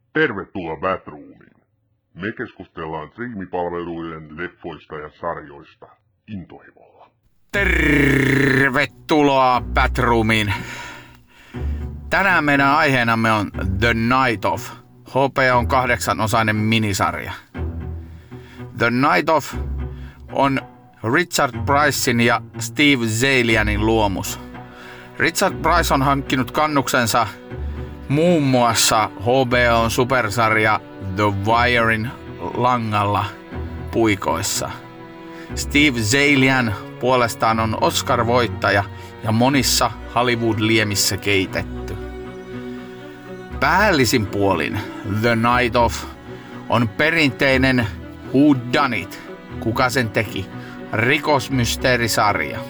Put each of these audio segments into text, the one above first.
Tervetuloa Batroomiin. Me keskustellaan striimipalveluiden leffoista ja sarjoista intohimolla. Tervetuloa Batroomiin. Tänään meidän aiheenamme on The Night Of. HBO on 8-osainen minisarja. The Night Of on Richard Pricein ja Steve Zalianin luomus. Richard Price on hankkinut kannuksensa muun muassa HBO:n supersarja The Wirein langalla puikoissa. Steve Zalian puolestaan on Oscar-voittaja ja monissa Hollywood-liemissä keitetty. Päällisin puolin The Night Of on perinteinen Who Done It? Kuka sen teki? Rikosmysteerisarja.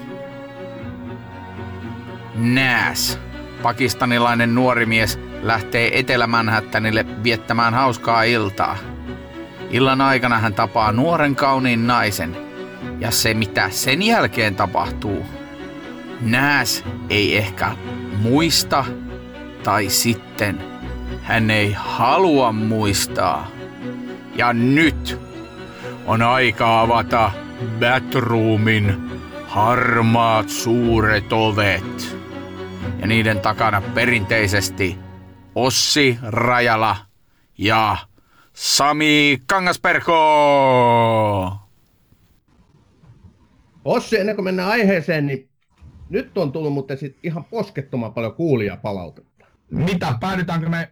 Nas, pakistanilainen nuori mies, lähtee Etelä-Manhattanille viettämään hauskaa iltaa. Illan aikana hän tapaa nuoren kauniin naisen. Ja se mitä sen jälkeen tapahtuu, Nas ei ehkä muista tai sitten hän ei halua muistaa. Ja nyt on aika avata Batroomin harmaat suuret ovet. Ja niiden takana perinteisesti Ossi Rajala ja Sami Kangasperko. Ossi, ennen kuin mennään aiheeseen, niin nyt on tullut mutta sitten ihan poskettoman paljon kuulijapalautetta. Mitä? Päädytäänkö me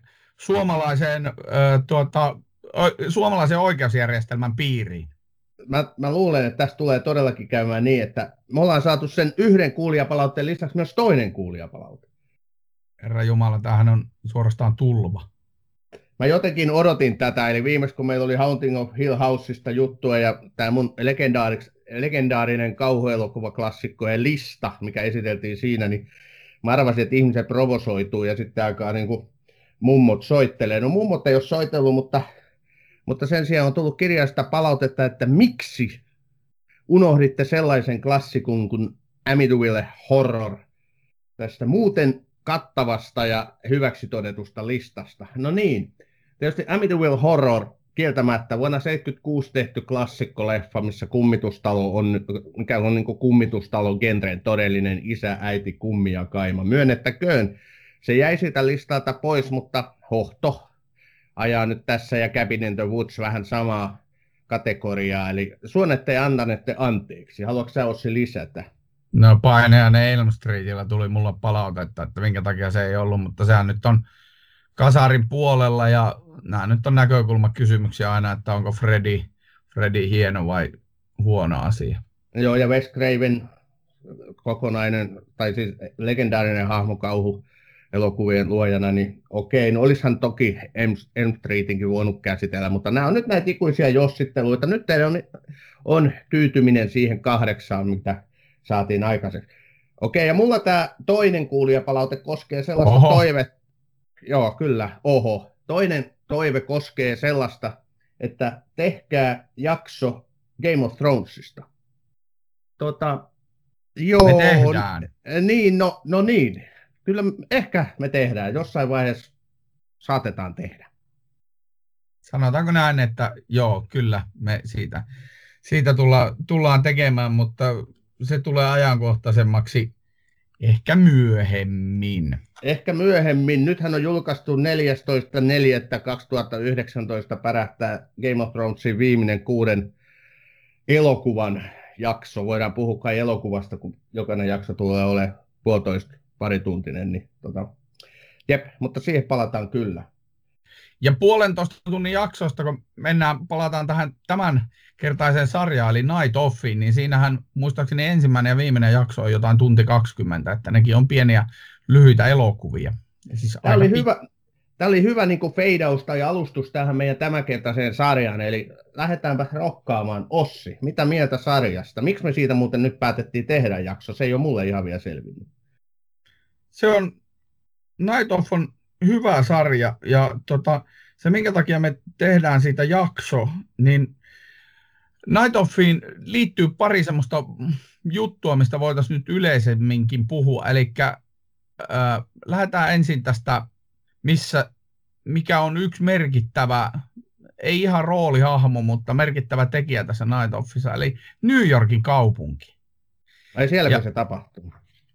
suomalaisen oikeusjärjestelmän piiriin? Mä luulen, että tästä tulee todellakin käymään niin, että me ollaan saatu sen yhden kuulijapalautteen lisäksi myös toinen kuulijapalaute. Herra Jumala, tämähän on suorastaan tulva. Mä jotenkin odotin tätä, eli viimeksi kun meillä oli Haunting of Hill Houseista juttua ja tämä mun legendaarinen kauhuelokuvaklassikkojen lista, mikä esiteltiin siinä, niin mä arvasin, että ihmiset provosoituu ja sitten alkaa niin kuin mummot soittelee. No mummot ei ole soitellut, mutta sen sijaan on tullut kirjasta palautetta, että miksi unohditte sellaisen klassikon kuin Amityville Horror tästä muuten kattavasta ja hyväksi todetusta listasta. No niin, tietysti Amityville Horror kieltämättä vuonna 1976 tehty klassikkoleffa, missä kummitustalo on, mikä on niin kuin kummitustalo genren todellinen isä, äiti, kummi ja kaima. Myönnettäköön, se jäi siitä listalta pois, mutta hohto ajaa nyt tässä ja Cabin in the Woods vähän samaa kategoriaa, eli suonette ja antanette anteeksi. Haluatko sä Ossi lisätä? No Painajainen Elm Streetillä tuli mulle palautetta, että minkä takia se ei ollut, mutta sehän nyt on kasarin puolella ja nämä nyt on näkökulmakysymyksiä aina, että onko Freddy hieno vai huono asia. Joo, ja Wes Craven kokonainen, tai siis legendaarinen hahmokauhu elokuvien luojana, niin okei, no olisihan toki Elm Streetinkin voinut käsitellä, mutta nämä on nyt näitä ikuisia jossitteluita. Nyt teillä on tyytyminen siihen 8, mitä saatiin aikaiseksi. Okei, ja mulla tämä toinen kuulijapalaute koskee sellaista Joo, kyllä, Toinen toive koskee sellaista, että tehkää jakso Game of Thronesista. Joo. Me tehdään. Niin, no niin. Kyllä ehkä me tehdään. Jossain vaiheessa saatetaan tehdä. Sanotaanko näin, että joo, kyllä me siitä tullaan tekemään, mutta se tulee ajankohtaisemmaksi ehkä myöhemmin. Nythän on julkaistu 14.4.2019 pärähtää Game of Thronesin viimeinen 6 elokuvan jakso. Voidaan puhua kai elokuvasta, kun jokainen jakso tulee olemaan parituntinen. Niin, jep, mutta siihen palataan kyllä. Ja 1,5 tunnin jaksosta, kun palataan tähän tämänkertaiseen sarjaan, eli Night Offiin, niin siinähän muistaakseni ensimmäinen ja viimeinen jakso on jotain tunti 20, että nekin on pieniä lyhyitä elokuvia. Siis Tämä oli hyvä niin kuin feidaus tai alustus tähän meidän tämänkertaiseen sarjaan, eli lähdetäänpä rokkaamaan. Ossi, mitä mieltä sarjasta? Miksi me siitä muuten nyt päätettiin tehdä jakso? Se ei ole mulle ihan vielä selvinnyt. Night Of on hyvä sarja ja se minkä takia me tehdään siitä jakso, niin Night Offiin liittyy pari semmoista juttua, mistä voitaisiin nyt yleisemminkin puhua. Eli lähdetään ensin tästä, mikä on yksi merkittävä, ei ihan roolihahmo, mutta merkittävä tekijä tässä Night Ofissa, eli New Yorkin kaupunki. Ai sielläkö se tapahtuu?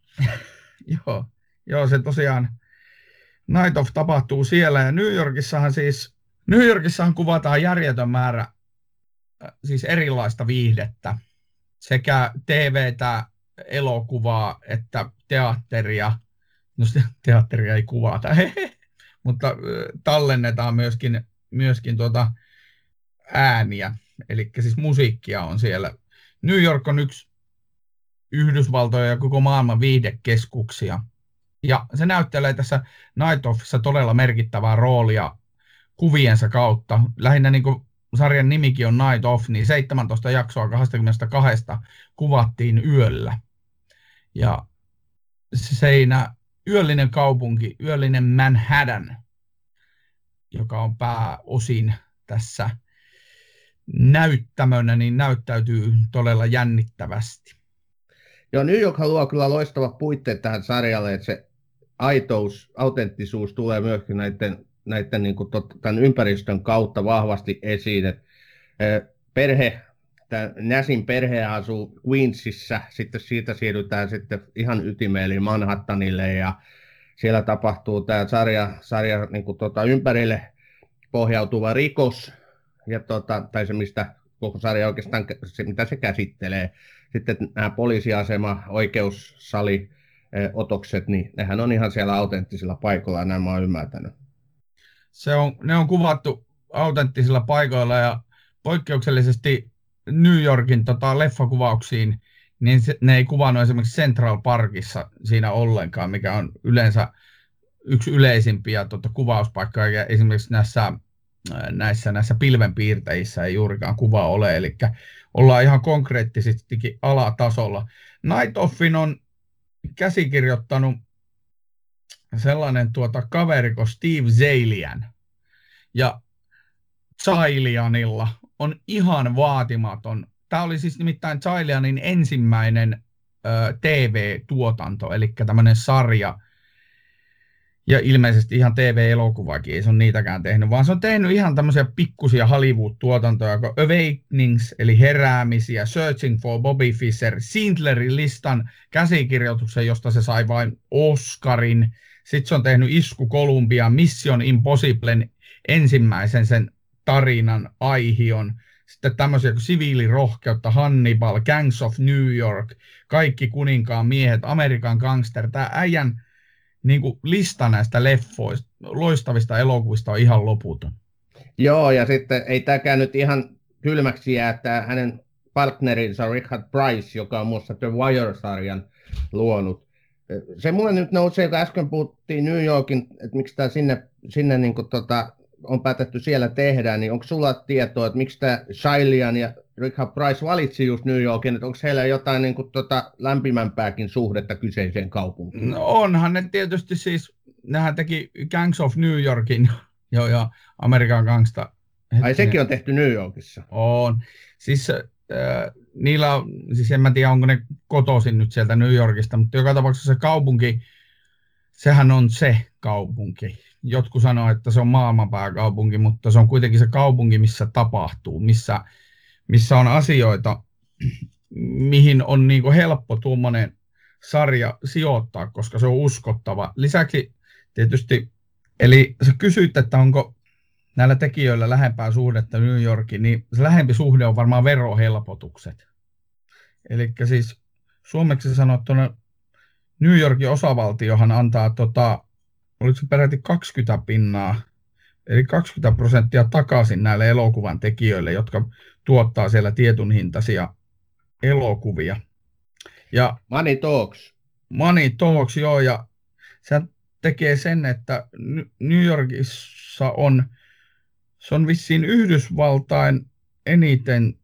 Joo, se tosiaan Night of tapahtuu siellä, ja New Yorkissahan kuvataan järjetön määrä siis erilaista viihdettä, sekä TV:tä, elokuvaa että teatteria. No teatteria ei kuvata, mutta tallennetaan myöskin ääniä, eli siis musiikkia on siellä. New York on yksi Yhdysvaltojen ja koko maailman viihdekeskuksia, ja se näyttelee tässä Night Ofissa todella merkittävää roolia kuviensa kautta. Lähinnä niin kuin sarjan nimikin on Night Of, niin 17 jaksoa 22 kuvattiin yöllä. Ja seinä yöllinen kaupunki, yöllinen Manhattan, joka on pääosin tässä näyttämönä, niin näyttäytyy todella jännittävästi. Joo, New York luo kyllä loistavat puitteet tähän sarjalle, että se autenttisuus tulee myöskin näiden niin kuin tämän ympäristön kautta vahvasti esiin. Nasin perhe asuu Queensissa, sitten siitä siirrytään sitten ihan ytimeen eli Manhattanille, ja siellä tapahtuu tämä sarja niin kuin ympärille pohjautuva rikos, ja tai se mistä koko sarja oikeastaan, se mitä se käsittelee. Sitten nämä poliisiasema, oikeussali, otokset, niin nehän on ihan siellä autenttisilla paikoilla, nämä olen ymmärtänyt. Ne on kuvattu autenttisilla paikoilla, ja poikkeuksellisesti New Yorkin leffakuvauksiin, niin ne ei kuvannut esimerkiksi Central Parkissa siinä ollenkaan, mikä on yleensä yksi yleisimpiä kuvauspaikkoja, ja esimerkiksi näissä pilvenpiirteissä ei juurikaan kuva ole, eli ollaan ihan konkreettisestikin alatasolla. Night Offin on käsikirjoittanut sellainen kaveri kuin Steve Zaillian, ja Zaillianilla on ihan vaatimaton. Tämä oli siis nimittäin Zaillianin ensimmäinen TV-tuotanto, eli tämmöinen sarja, ja ilmeisesti ihan TV-elokuvakin, ei se ole niitäkään tehnyt, vaan se on tehnyt ihan tämmöisiä pikkusia Hollywood-tuotantoja, kuin Awakenings, eli heräämisiä, Searching for Bobby Fischer, Schindlerin listan käsikirjoituksen, josta se sai vain Oscarin. Sitten se on tehnyt Isku Columbia, Mission Impossiblen ensimmäisen sen tarinan aihion. Sitten tämmöisiä kuin Siviilirohkeutta, Hannibal, Gangs of New York, Kaikki kuninkaan miehet, American Gangster. Tämä äijän niin kuin lista näistä leffoista, loistavista elokuvista on ihan loputon. Joo, ja sitten ei tämäkään nyt ihan kylmäksi jää, että hänen partnerinsa Richard Price, joka on muassa The Wire-sarjan luonut. Se mulle nyt nousee, kun äsken puhuttiin New Yorkin, että miksi tämä sinne niin kuin on päätetty siellä tehdä, niin onko sulla tietoa, että miksi tämä Zaillian ja Richard Price valitsi just New Yorkin, että onko heillä jotain niin kuin lämpimämpääkin suhdetta kyseiseen kaupunkiin? No onhan ne tietysti siis, nehän teki Gangs of New Yorkin ja American Gangsta. Ai sekin on tehty New Yorkissa? On. Siis niillä on, siis en mä tiedä onko ne kotoisin nyt sieltä New Yorkista, mutta joka tapauksessa se kaupunki, sehän on se kaupunki. Jotkut sanoo, että se on maailmanpääkaupunki, mutta se on kuitenkin se kaupunki, missä tapahtuu, missä on asioita, mihin on niin kuin helppo tuommoinen sarja sijoittaa, koska se on uskottava. Lisäksi tietysti, eli sä kysyt, että onko näillä tekijöillä lähempää suhdetta New Yorkiin, niin se lähempi suhde on varmaan verohelpotukset. Eli siis suomeksi sanottuna New Yorkin osavaltiohan antaa oliko se peräti 20%, eli 20% takaisin näille elokuvan tekijöille, jotka tuottaa siellä tietyn hintaisia elokuvia. Ja Money Talks. Money Talks, joo, ja se tekee sen, että New Yorkissa se on vissiin Yhdysvaltain eniten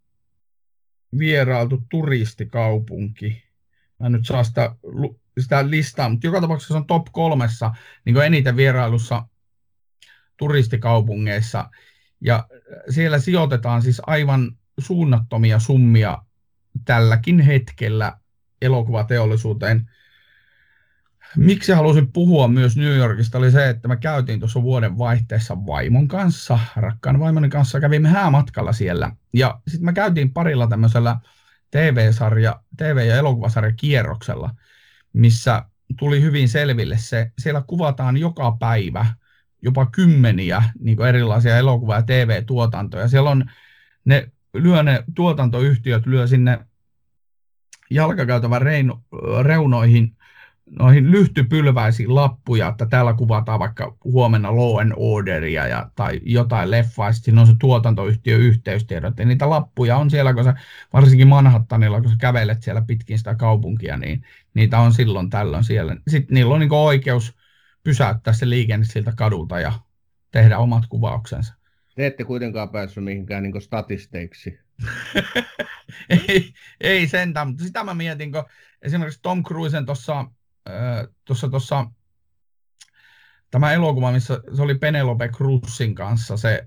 vierailtu turistikaupunki. Mä en nyt saa sitä listaa, mutta joka tapauksessa se on top 3 niin kuin eniten vierailussa turistikaupungeissa. Ja siellä sijoitetaan siis aivan suunnattomia summia tälläkin hetkellä elokuvateollisuuteen. Miksi halusin puhua myös New Yorkista oli se, että me käytiin tuossa vuoden vaihteessa vaimon kanssa, rakkaan vaimoni kanssa, kävimme häämatkalla siellä. Ja sitten me käytiin parilla tämmöisellä TV- ja elokuvasarjakierroksella, missä tuli hyvin selville se, siellä kuvataan joka päivä jopa kymmeniä niin erilaisia elokuva- ja TV-tuotantoja. Siellä on ne tuotantoyhtiöt lyö sinne jalkakäytävän reunoihin noihin lyhtypylväisiin lappuja, että täällä kuvataan vaikka huomenna Law and Orderia tai jotain leffaa, sitten siinä on se tuotantoyhtiön yhteystiedot. Ja niitä lappuja on siellä, kun sä, varsinkin Manhattanilla, kun sä kävelet siellä pitkin sitä kaupunkia, niin niitä on silloin tällöin siellä. Sitten niillä on niin oikeus pysäyttää se liikenne siltä kadulta ja tehdä omat kuvauksensa. Te ette kuitenkaan päässyt mihinkään niin statisteiksi. ei sentään, mutta sitä mä mietin, kun esimerkiksi Tom Cruisen tuossa tämä elokuva, missä se oli Penelope Cruzin kanssa, se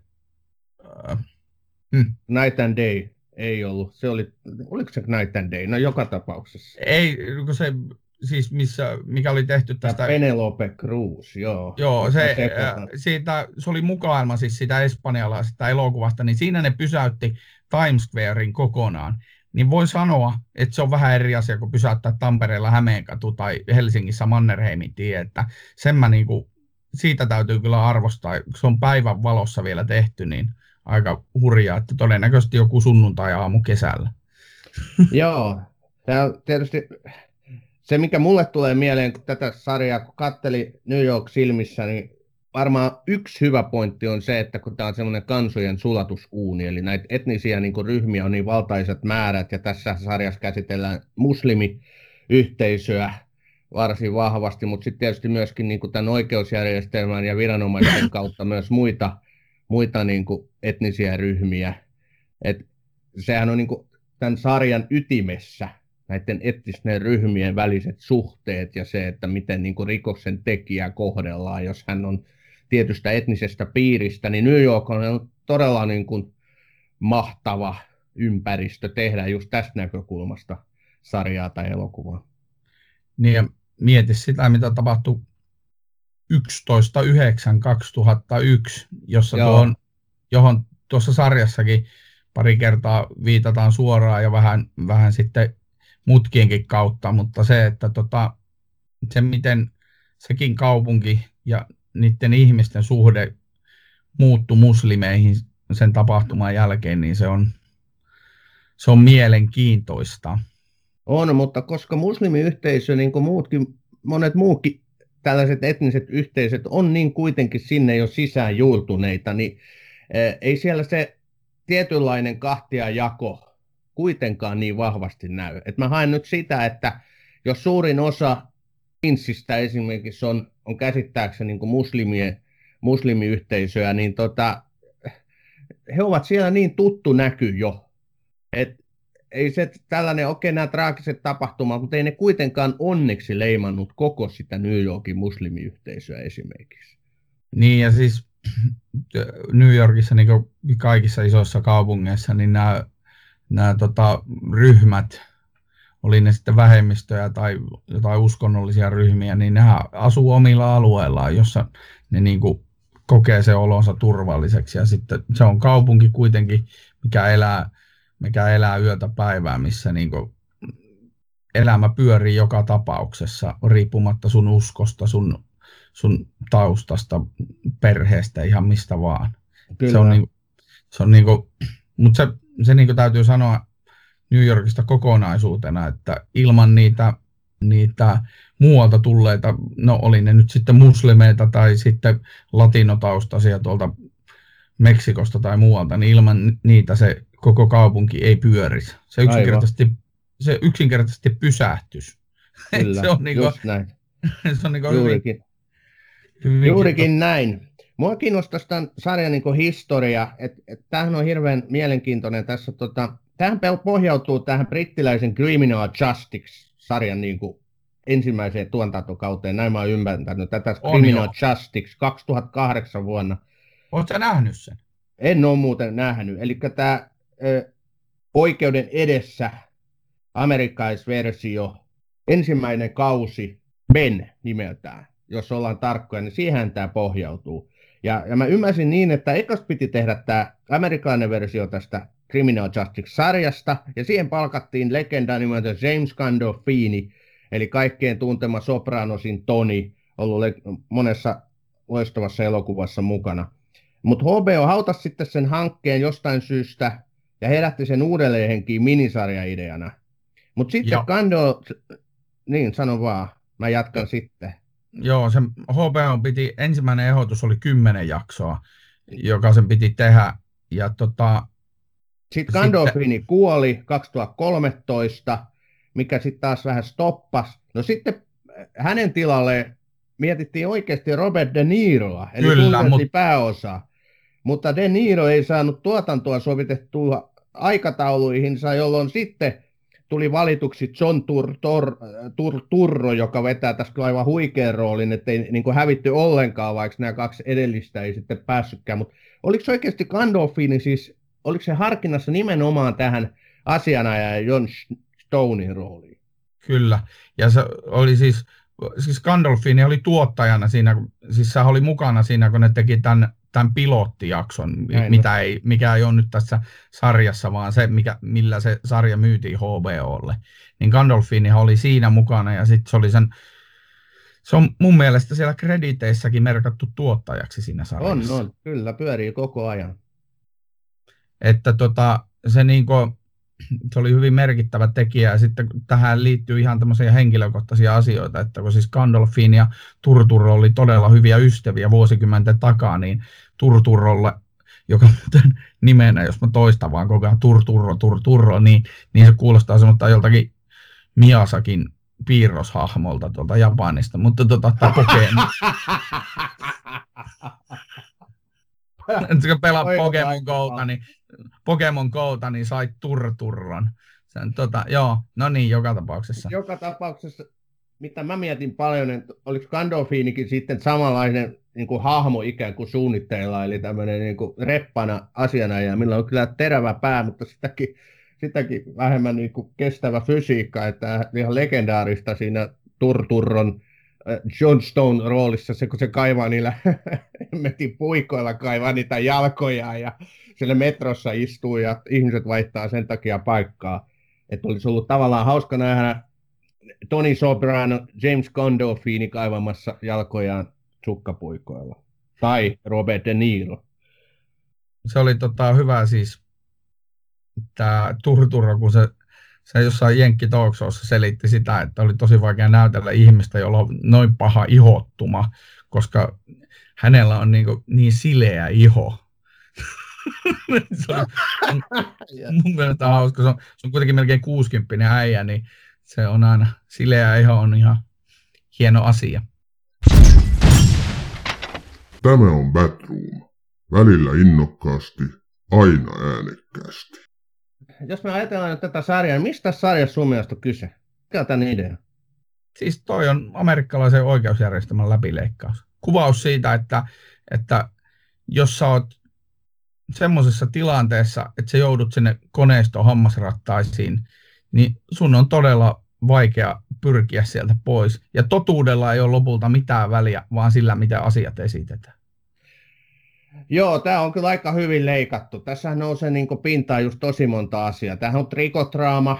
Night and Day ei ollut. Oliko se Night and Day? No joka tapauksessa. Ei, kun se siis mikä oli tehty tästä... Penelope Cruz, joo. Joo, se oli mukailma siis sitä espanjalaisesta elokuvasta, niin siinä ne pysäytti Times Squarein kokonaan. Niin voi sanoa, että se on vähän eri asia kuin pysäyttää Tampereella Hämeenkatu tai Helsingissä Mannerheimin tie, että sen mä siitä täytyy kyllä arvostaa, kun se on päivän valossa vielä tehty, niin aika hurjaa, että todennäköisesti joku sunnuntai-aamu kesällä. Joo, tämä on tietysti se, mikä mulle tulee mieleen, kun tätä sarjaa kun katseli New York silmissä, niin varmaan yksi hyvä pointti on se, että kun tämä on semmoinen kansojen sulatusuuni, eli näitä etnisiä ryhmiä on niin valtaisat määrät, ja tässä sarjassa käsitellään muslimiyhteisöä varsin vahvasti, mutta sitten tietysti myöskin tämän oikeusjärjestelmän ja viranomaisten kautta myös muita etnisiä ryhmiä. Sehän on tämän sarjan ytimessä näiden etnisten ryhmien väliset suhteet ja se, että miten rikoksen tekijää kohdellaan, jos hän on tietystä etnisestä piiristä, niin New York on todella mahtava ympäristö tehdä just tästä näkökulmasta sarjaa tai elokuvaa. Niin ja mieti sitä, mitä tapahtui 11.9.2001, johon tuossa sarjassakin pari kertaa viitataan suoraan ja vähän sitten mutkienkin kautta, mutta se, että se miten sekin kaupunki ja niiden ihmisten suhde muuttui muslimeihin sen tapahtuman jälkeen, niin se on mielenkiintoista. On, mutta koska muslimiyhteisö, niin kuin monet muutkin tällaiset etniset yhteisöt on niin kuitenkin sinne jo sisään juurtuneita, niin ei siellä se tietynlainen kahtiajako kuitenkaan niin vahvasti näy. Et mä haen nyt sitä, että jos suurin osa Queensistä esimerkiksi on käsittääkseni muslimiyhteisöä, niin he ovat siellä niin tuttu näky jo, että ei se tällainen, nämä traagiset tapahtumat, mutta ei ne kuitenkaan onneksi leimannut koko sitä New Yorkin muslimiyhteisöä esimerkiksi. Niin ja siis New Yorkissa niin kuin kaikissa isoissa kaupungeissa, niin nämä ryhmät, oli ne sitten vähemmistöjä tai jotain uskonnollisia ryhmiä, niin nehän asuu omilla alueillaan, jossa ne niin kuin kokee se olonsa turvalliseksi. Ja sitten se on kaupunki kuitenkin, mikä elää yötä päivää, missä niin kuin elämä pyörii joka tapauksessa, riippumatta sun uskosta, sun taustasta, perheestä, ihan mistä vaan. Kyllä. Mutta se niin kuin täytyy sanoa New Yorkista kokonaisuutena, että ilman niitä muualta tulleita, no oli ne nyt sitten muslimeita tai sitten latinotaustaisia tuolta Meksikosta tai muualta, niin ilman niitä se koko kaupunki ei pyörisi. Se yksinkertaisesti pysähtyisi. Kyllä, se on just näin. Se on Juurikin näin. Mua kiinnostaisi tämän sarjan historia, että tämähän on hirveän mielenkiintoinen tässä. Tämähän pohjautuu tähän brittiläisen Criminal Justice-sarjan ensimmäiseen tuotantokauteen. Näin mä oon ymmärtänyt tätä Criminal Justice 2008 vuonna. Oletko sä nähnyt sen? En ole muuten nähnyt. Eli tämä oikeuden edessä amerikkalaisversio, ensimmäinen kausi Ben nimeltään, jos ollaan tarkkoja, niin siihen tämä pohjautuu. Ja mä ymmärsin niin, että ekas piti tehdä tämä amerikkalainen versio tästä Criminal Justice-sarjasta, ja siihen palkattiin legenda nimeltä James Gandolfini, eli kaikkien tuntema Sopranosin Tony, ollut monessa loistavassa elokuvassa mukana. Mutta HBO hautasi sitten sen hankkeen jostain syystä, ja herätti sen uudelleen henkiin minisarja-ideana. Mutta sitten niin sano vaan, mä jatkan sitten. Joo, se HBO piti, ensimmäinen ehdotus oli 10 jaksoa, joka sen piti tehdä. Ja sitten Gandolfini kuoli 2013, mikä sitten taas vähän stoppasi. No sitten hänen tilalle mietittiin oikeasti Robert De Niroa, eli pääosa. Mutta De Niro ei saanut tuotantoa sovitettua aikatauluihinsa, jolloin sitten tuli valituksi John Turturro, joka vetää tässä aivan huikean roolin, ettei niin kuin hävitty ollenkaan, vaikka nämä kaksi edellistä ei sitten päässytkään. Mutta oliko se oikeasti Gandolfini, siis oliko se harkinnassa nimenomaan tähän asianajajan John Stonein rooliin? Kyllä, ja se oli siis Gandolfini oli tuottajana siinä, siis se oli mukana siinä, kun ne teki tämän pilottijakson, mikä ei ole nyt tässä sarjassa, vaan se, millä se sarja myytiin HBOlle. Niin Gandolfini oli siinä mukana, ja sitten se on mun mielestä siellä krediteissäkin merkattu tuottajaksi siinä sarjassa. On, kyllä, pyörii koko ajan. Että se oli hyvin merkittävä tekijä, ja sitten tähän liittyy ihan tämmöisiä henkilökohtaisia asioita, että kun siis Gandolfini ja Turturro oli todella hyviä ystäviä vuosikymmenten takaa, niin Turturrolle, joka muuten nimenä, jos mä toistan vaan koko ajan Turturro, niin se kuulostaa semmoista joltakin Miyazakin piirroshahmolta tuolta Japanista, mutta Pokemon. Kun pelaa Pokemon Gota, niin sai Turturron. Joo, no niin, joka tapauksessa. Joka tapauksessa, mitä mä mietin paljon, että oliko Gandolfinikin sitten samanlainen niin kuin hahmo ikään kuin suunnitteilla, eli tämmöinen niin kuin reppana asianajaja, millä on kyllä terävä pää, mutta sitäkin vähemmän niin kuin kestävä fysiikka, että ihan legendaarista siinä Turturron John Stone roolissa, se kun se kaivaa niillä metin puikoilla kaivaa niitä jalkoja ja siellä metrossa istuu ja ihmiset vaihtaa sen takia paikkaa. Että olisi ollut tavallaan hauska nähdä Tony Soprano, James Gandolfini kaivamassa jalkojaan sukkapuikoilla. Tai Robert De Niro. Se oli hyvä siis tämä Turturro, kun se jossain Jenkki Talk Showssa selitti sitä, että oli tosi vaikea näytellä ihmistä, jolla on noin paha ihottuma, koska hänellä on niin sileä iho. Se on mun mielestä hauska. Se on kuitenkin melkein 60 äijä, niin se on aina sileä iho on ihan hieno asia. Tämä on Batroom. Välillä innokkaasti, aina äänekkäästi. Jos me ajatellaan nyt tätä sarjaa, niin mistä sarjassa sun mielestä on kyse? Mikä on tämän idea? Siis toi on amerikkalaisen oikeusjärjestelmän läpileikkaus. Kuvaus siitä, että jos sä oot semmoisessa tilanteessa, että sä joudut sinne koneiston hammasrattaisiin, niin sun on todella vaikea pyrkiä sieltä pois. Ja totuudella ei ole lopulta mitään väliä, vaan sillä, miten asiat esitetään. Joo, tämä on kyllä aika hyvin leikattu. Tässähän nousee niin pintaan just tosi monta asiaa. Tämähän on trikotraama.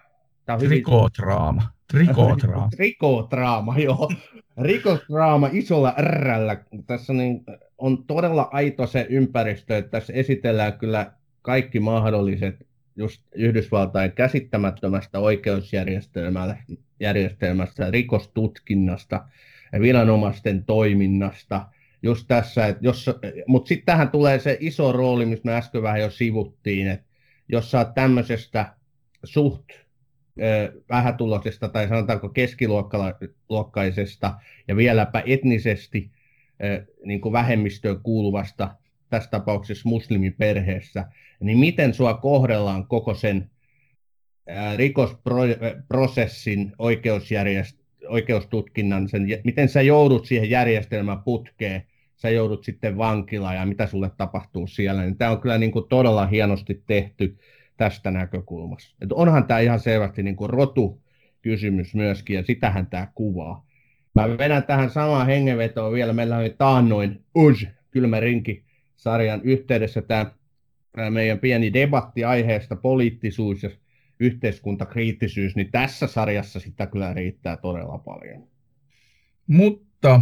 Trikotraama, joo. Rikostraama isolla R:llä. Tässä on todella aito se ympäristö, että tässä esitellään kyllä kaikki mahdolliset just Yhdysvaltain käsittämättömästä oikeusjärjestelmästä, rikostutkinnasta ja viranomaisten toiminnasta. Just tässä, mutta sitten tähän tulee se iso rooli, mistä me äsken vähän jo sivuttiin, että jos sä oot tämmöisestä suht vähätuloisesta tai sanotaanko keskiluokkaisesta ja vieläpä etnisesti niin kuin vähemmistöön kuuluvasta, tässä tapauksessa muslimiperheessä, niin miten sua kohdellaan koko sen rikosprosessin oikeustutkinnan, miten sä joudut siihen järjestelmän putkeen, sä joudut sitten vankilaan ja mitä sulle tapahtuu siellä. Niin tämä on kyllä niin kuin todella hienosti tehty tästä näkökulmasta. Et onhan tämä ihan selvästi niin kuin rotukysymys myöskin, ja sitähän tämä kuvaa. Mä vedän tähän samaan hengenvetoon vielä. Meillä oli taannoin Kylmä rinki-sarjan yhteydessä tämä meidän pieni debatti aiheesta poliittisuus ja yhteiskuntakriittisyys, niin tässä sarjassa sitä kyllä riittää todella paljon. Mutta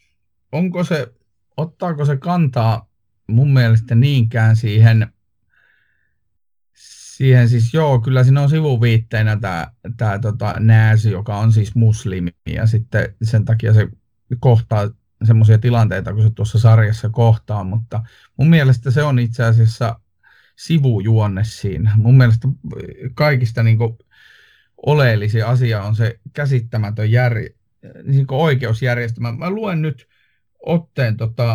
ottaako se kantaa mun mielestä niinkään siihen siis joo, kyllä siinä on sivuviitteinä tämä nääsi, joka on siis muslimi, ja sitten sen takia se kohtaa semmoisia tilanteita, kun se tuossa sarjassa kohtaa, mutta mun mielestä se on itse asiassa sivujuonne siinä. Mun mielestä kaikista niin kuin oleellisin asia on se käsittämätön niin kuin oikeusjärjestelmä. Mä luen nyt otteen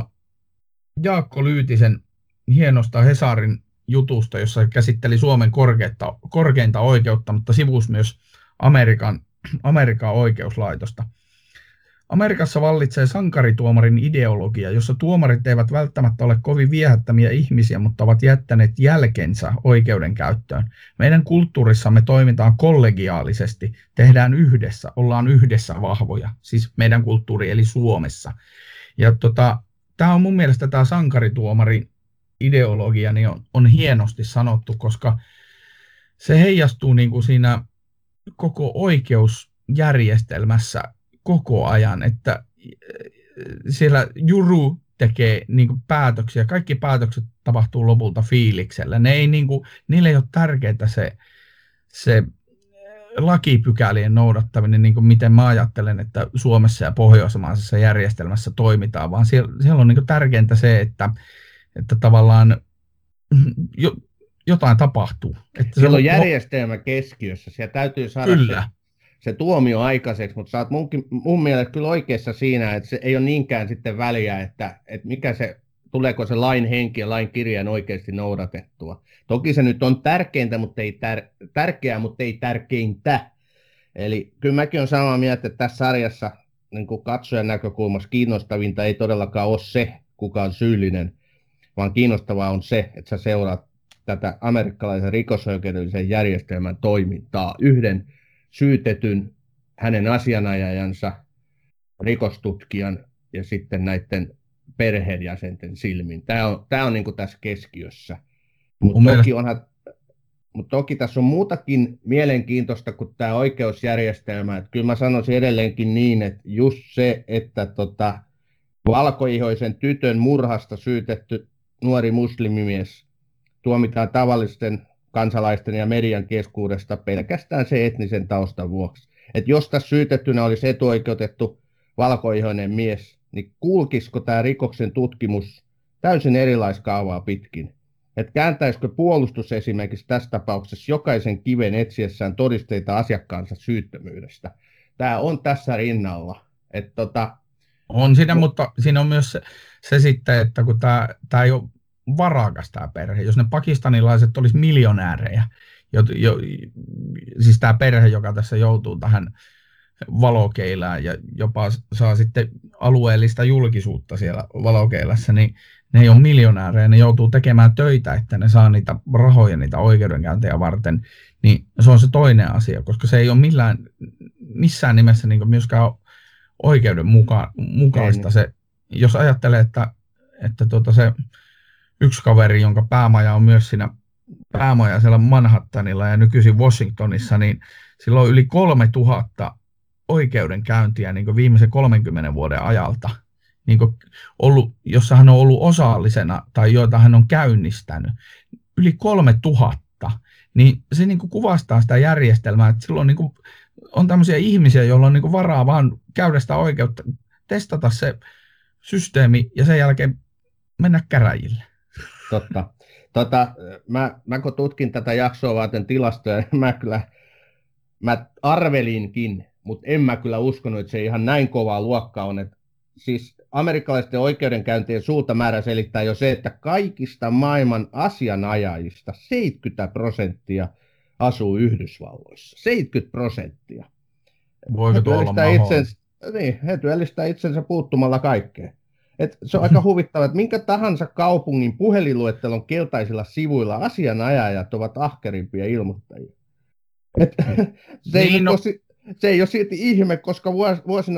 Jaakko Lyytisen hienosta Hesarin jutusta, jossa hän käsitteli Suomen korkeinta oikeutta, mutta sivusi myös Amerikan oikeuslaitosta. Amerikassa vallitsee sankarituomarin ideologia, jossa tuomarit eivät välttämättä ole kovin viehättämiä ihmisiä, mutta ovat jättäneet jälkensä oikeudenkäyttöön. Meidän kulttuurissamme toimitaan kollegiaalisesti, tehdään yhdessä, ollaan yhdessä vahvoja, siis meidän kulttuuri eli Suomessa. Ja tämä on mun mielestä tämä sankarituomarin ideologia niin on hienosti sanottu, koska se heijastuu niin kuin siinä koko oikeusjärjestelmässä koko ajan, että siellä juru tekee niin kuin päätöksiä, kaikki päätökset tapahtuu lopulta fiiliksellä. Niille ei ole tärkeää se lakipykälien noudattaminen, niin kuin miten mä ajattelen, että Suomessa ja pohjoismaisessa järjestelmässä toimitaan, vaan siellä on niin kuin tärkeintä se, että tavallaan jotain tapahtuu. Että siellä on järjestelmä keskiössä, siellä täytyy saada se tuomio aikaiseksi, mutta sä oot mun mielestä kyllä oikeassa siinä, että se ei ole niinkään sitten väliä, että mikä tuleeko se lain henki ja lain kirjain oikeasti noudatettua. Toki se nyt on tärkeintä, mutta ei tärkeää, mutta ei tärkeintä. Eli kyllä mäkin olen samaa mieltä, että tässä sarjassa niin kuin katsojan näkökulmassa kiinnostavinta ei todellakaan ole se, kuka on syyllinen, vaan kiinnostavaa on se, että sä seuraat tätä amerikkalaisen rikosoikeudellisen järjestelmän toimintaa. Yhden syytetyn, hänen asianajajansa, rikostutkijan ja sitten näiden perheenjäsenten silmin. Tämä on niin kuin tässä keskiössä. Mutta toki tässä on muutakin mielenkiintoista kuin tämä oikeusjärjestelmä. Että kyllä mä sanoisin edelleenkin niin, että just se, että valkoihoisen tytön murhasta syytetty nuori muslimimies tuomitaan tavallisten kansalaisten ja median keskuudesta pelkästään se etnisen taustan vuoksi. Että jos tässä syytettynä olisi etuoikeutettu valkoihoinen mies, niin kulkisiko tämä rikoksen tutkimus täysin erilaiskaavaa pitkin? Että kääntäisikö puolustus esimerkiksi tässä tapauksessa jokaisen kiven etsiessään todisteita asiakkaansa syyttömyydestä? Tämä on tässä rinnalla. On siinä, mutta siinä on myös se sitten, että kun tämä ei ole varakas tämä perhe, jos ne pakistanilaiset olisi miljonäärejä, siis tämä perhe, joka tässä joutuu tähän valokeilään ja jopa saa sitten alueellista julkisuutta siellä valokeilassa, niin ne ei ole miljonäärejä, ne joutuu tekemään töitä, että ne saa niitä rahoja, niitä oikeudenkäyntejä varten, niin se on se toinen asia, koska se ei ole missään nimessä niin myöskään oikeudenmukaista. Se, jos ajattelee, että se yksi kaveri, jonka päämaja on myös siinä päämaja siellä Manhattanilla ja nykyisin Washingtonissa, niin sillä on yli 3000 oikeudenkäyntiä niin viimeisen 30 vuoden ajalta, niin jossa hän on ollut osallisena tai joita hän on käynnistänyt. Yli 3000. Niin se niin kuvastaa sitä järjestelmää, että silloin niin on tämmöisiä ihmisiä, joilla on niin varaa vaan käydä sitä oikeutta, testata se systeemi ja sen jälkeen mennä käräjille. Totta. Mä kun tutkin tätä jaksoa varten tilastoja, mä arvelinkin, mutta en mä kyllä uskonut, että se ihan näin kovaa luokkaa on. Että siis amerikkalaisten oikeudenkäyntien suurta määrä selittää jo se, että kaikista maailman asianajajista 70% asuu Yhdysvalloissa. 70%. Voiko tuo olla mahdollista? He työllistää itsensä puuttumalla kaikkeen. Se on aika huvittava, että minkä tahansa kaupungin puhelinluettelon keltaisilla sivuilla asianajajat ovat ahkerimpia ilmoittajia. se ei ole silti ihme, koska vuosina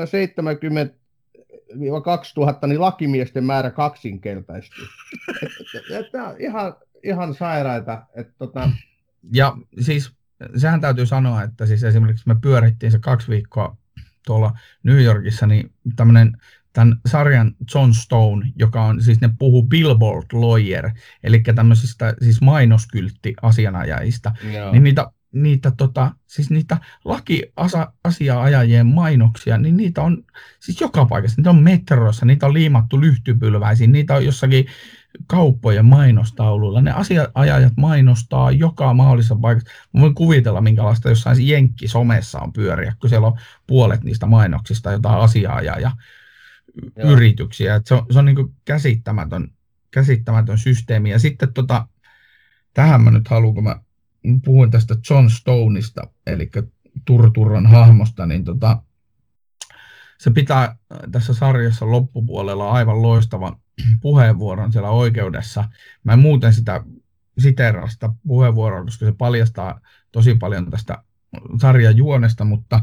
70-2000 niin lakimiesten määrä kaksinkertaistui. Tämä on ihan sairaita. Ja siis sehän täytyy sanoa, että siis esimerkiksi me pyörittiin se 2 viikkoa tuolla New Yorkissa, niin tämän sarjan Jon Stone, joka on siis, ne puhuu billboard lawyer, eli tämmöisistä siis mainoskylttiasianajajista, niin niitä laki-asiaajajien mainoksia, niin niitä on siis joka paikassa, niitä on metroissa, niitä on liimattu lyhtypylväisiin, niitä on jossakin kauppojen mainostauluilla. Ne asiaajajat mainostaa joka mahdollisessa paikassa. Mä voin kuvitella, minkälaista jossain jenkkisomessa on pyöriä, kun siellä on puolet niistä mainoksista jotain asiaajaja yrityksiä. Et se on niin kuin käsittämätön systeemi. Ja sitten tähän mä nyt haluan, kun mä puhuin tästä Jon Stoneista, eli Turturron hahmosta, niin se pitää tässä sarjassa loppupuolella aivan loistavan puheenvuoron siellä oikeudessa. Mä en muuten sitä siteeraa sitä puheenvuoroa, koska se paljastaa tosi paljon tästä sarjan juonesta,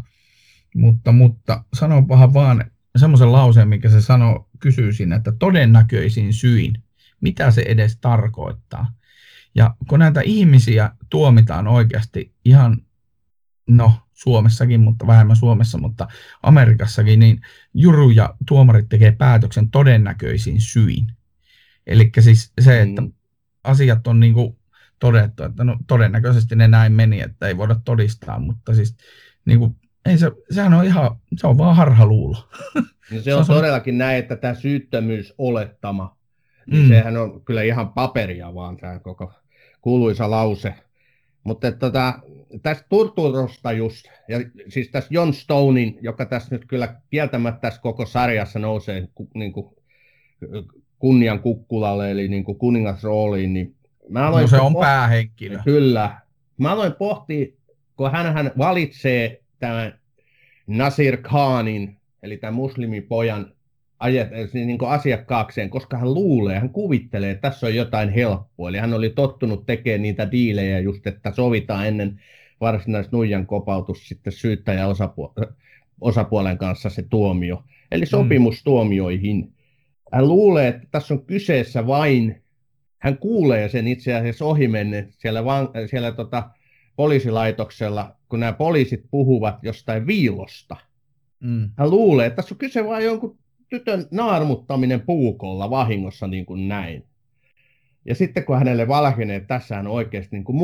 mutta sanonpahan vaan semmoisen lauseen, mikä se kysyy siinä, että todennäköisin syin, mitä se edes tarkoittaa. Ja kun näitä ihmisiä tuomitaan oikeasti ihan, Suomessakin, mutta vähemmän Suomessa, mutta Amerikassakin, niin juru ja tuomarit tekee päätöksen todennäköisin syin. Eli siis se, että asiat on niin kuin todettu, että todennäköisesti ne näin meni, että ei voida todistaa, mutta siis niin kuin, sehän on ihan, se on vaan harhaluulo. No se on todellakin näin, että tämä syyttömyysolettama, niin sehän on kyllä ihan paperia vaan tämä koko kuuluisa lause. Mutta tästä Turturrosta just, ja siis tässä Jon Stonein, joka tässä nyt kyllä kieltämättä tässä koko sarjassa nousee niin kuin kunnian kukkulalle, eli niin kuin kuningasrooliin, niin se on päähenkilö. Kyllä. Mä aloin pohtia, kun hän valitsee tämän Nasir Khanin, eli tämän muslimipojan niin kuin asiakkaakseen, koska hän kuvittelee, että tässä on jotain helppoa. Eli hän oli tottunut tekemään niitä diilejä just, että sovitaan ennen varsinaista nuijan kopautus sitten syyttäjäosapuolen kanssa se tuomio. Eli sopimustuomioihin. Hän luulee, että tässä on kyseessä vain, hän kuulee sen itse asiassa ohimennen siellä poliisilaitoksella, kun nämä poliisit puhuvat jostain viilosta. Hän luulee, että tässä on kyse vain jonkun tytön naarmuttaminen puukolla vahingossa niin kuin näin. Ja sitten kun hänelle valkenee, että tässä on oikeasti niin kuin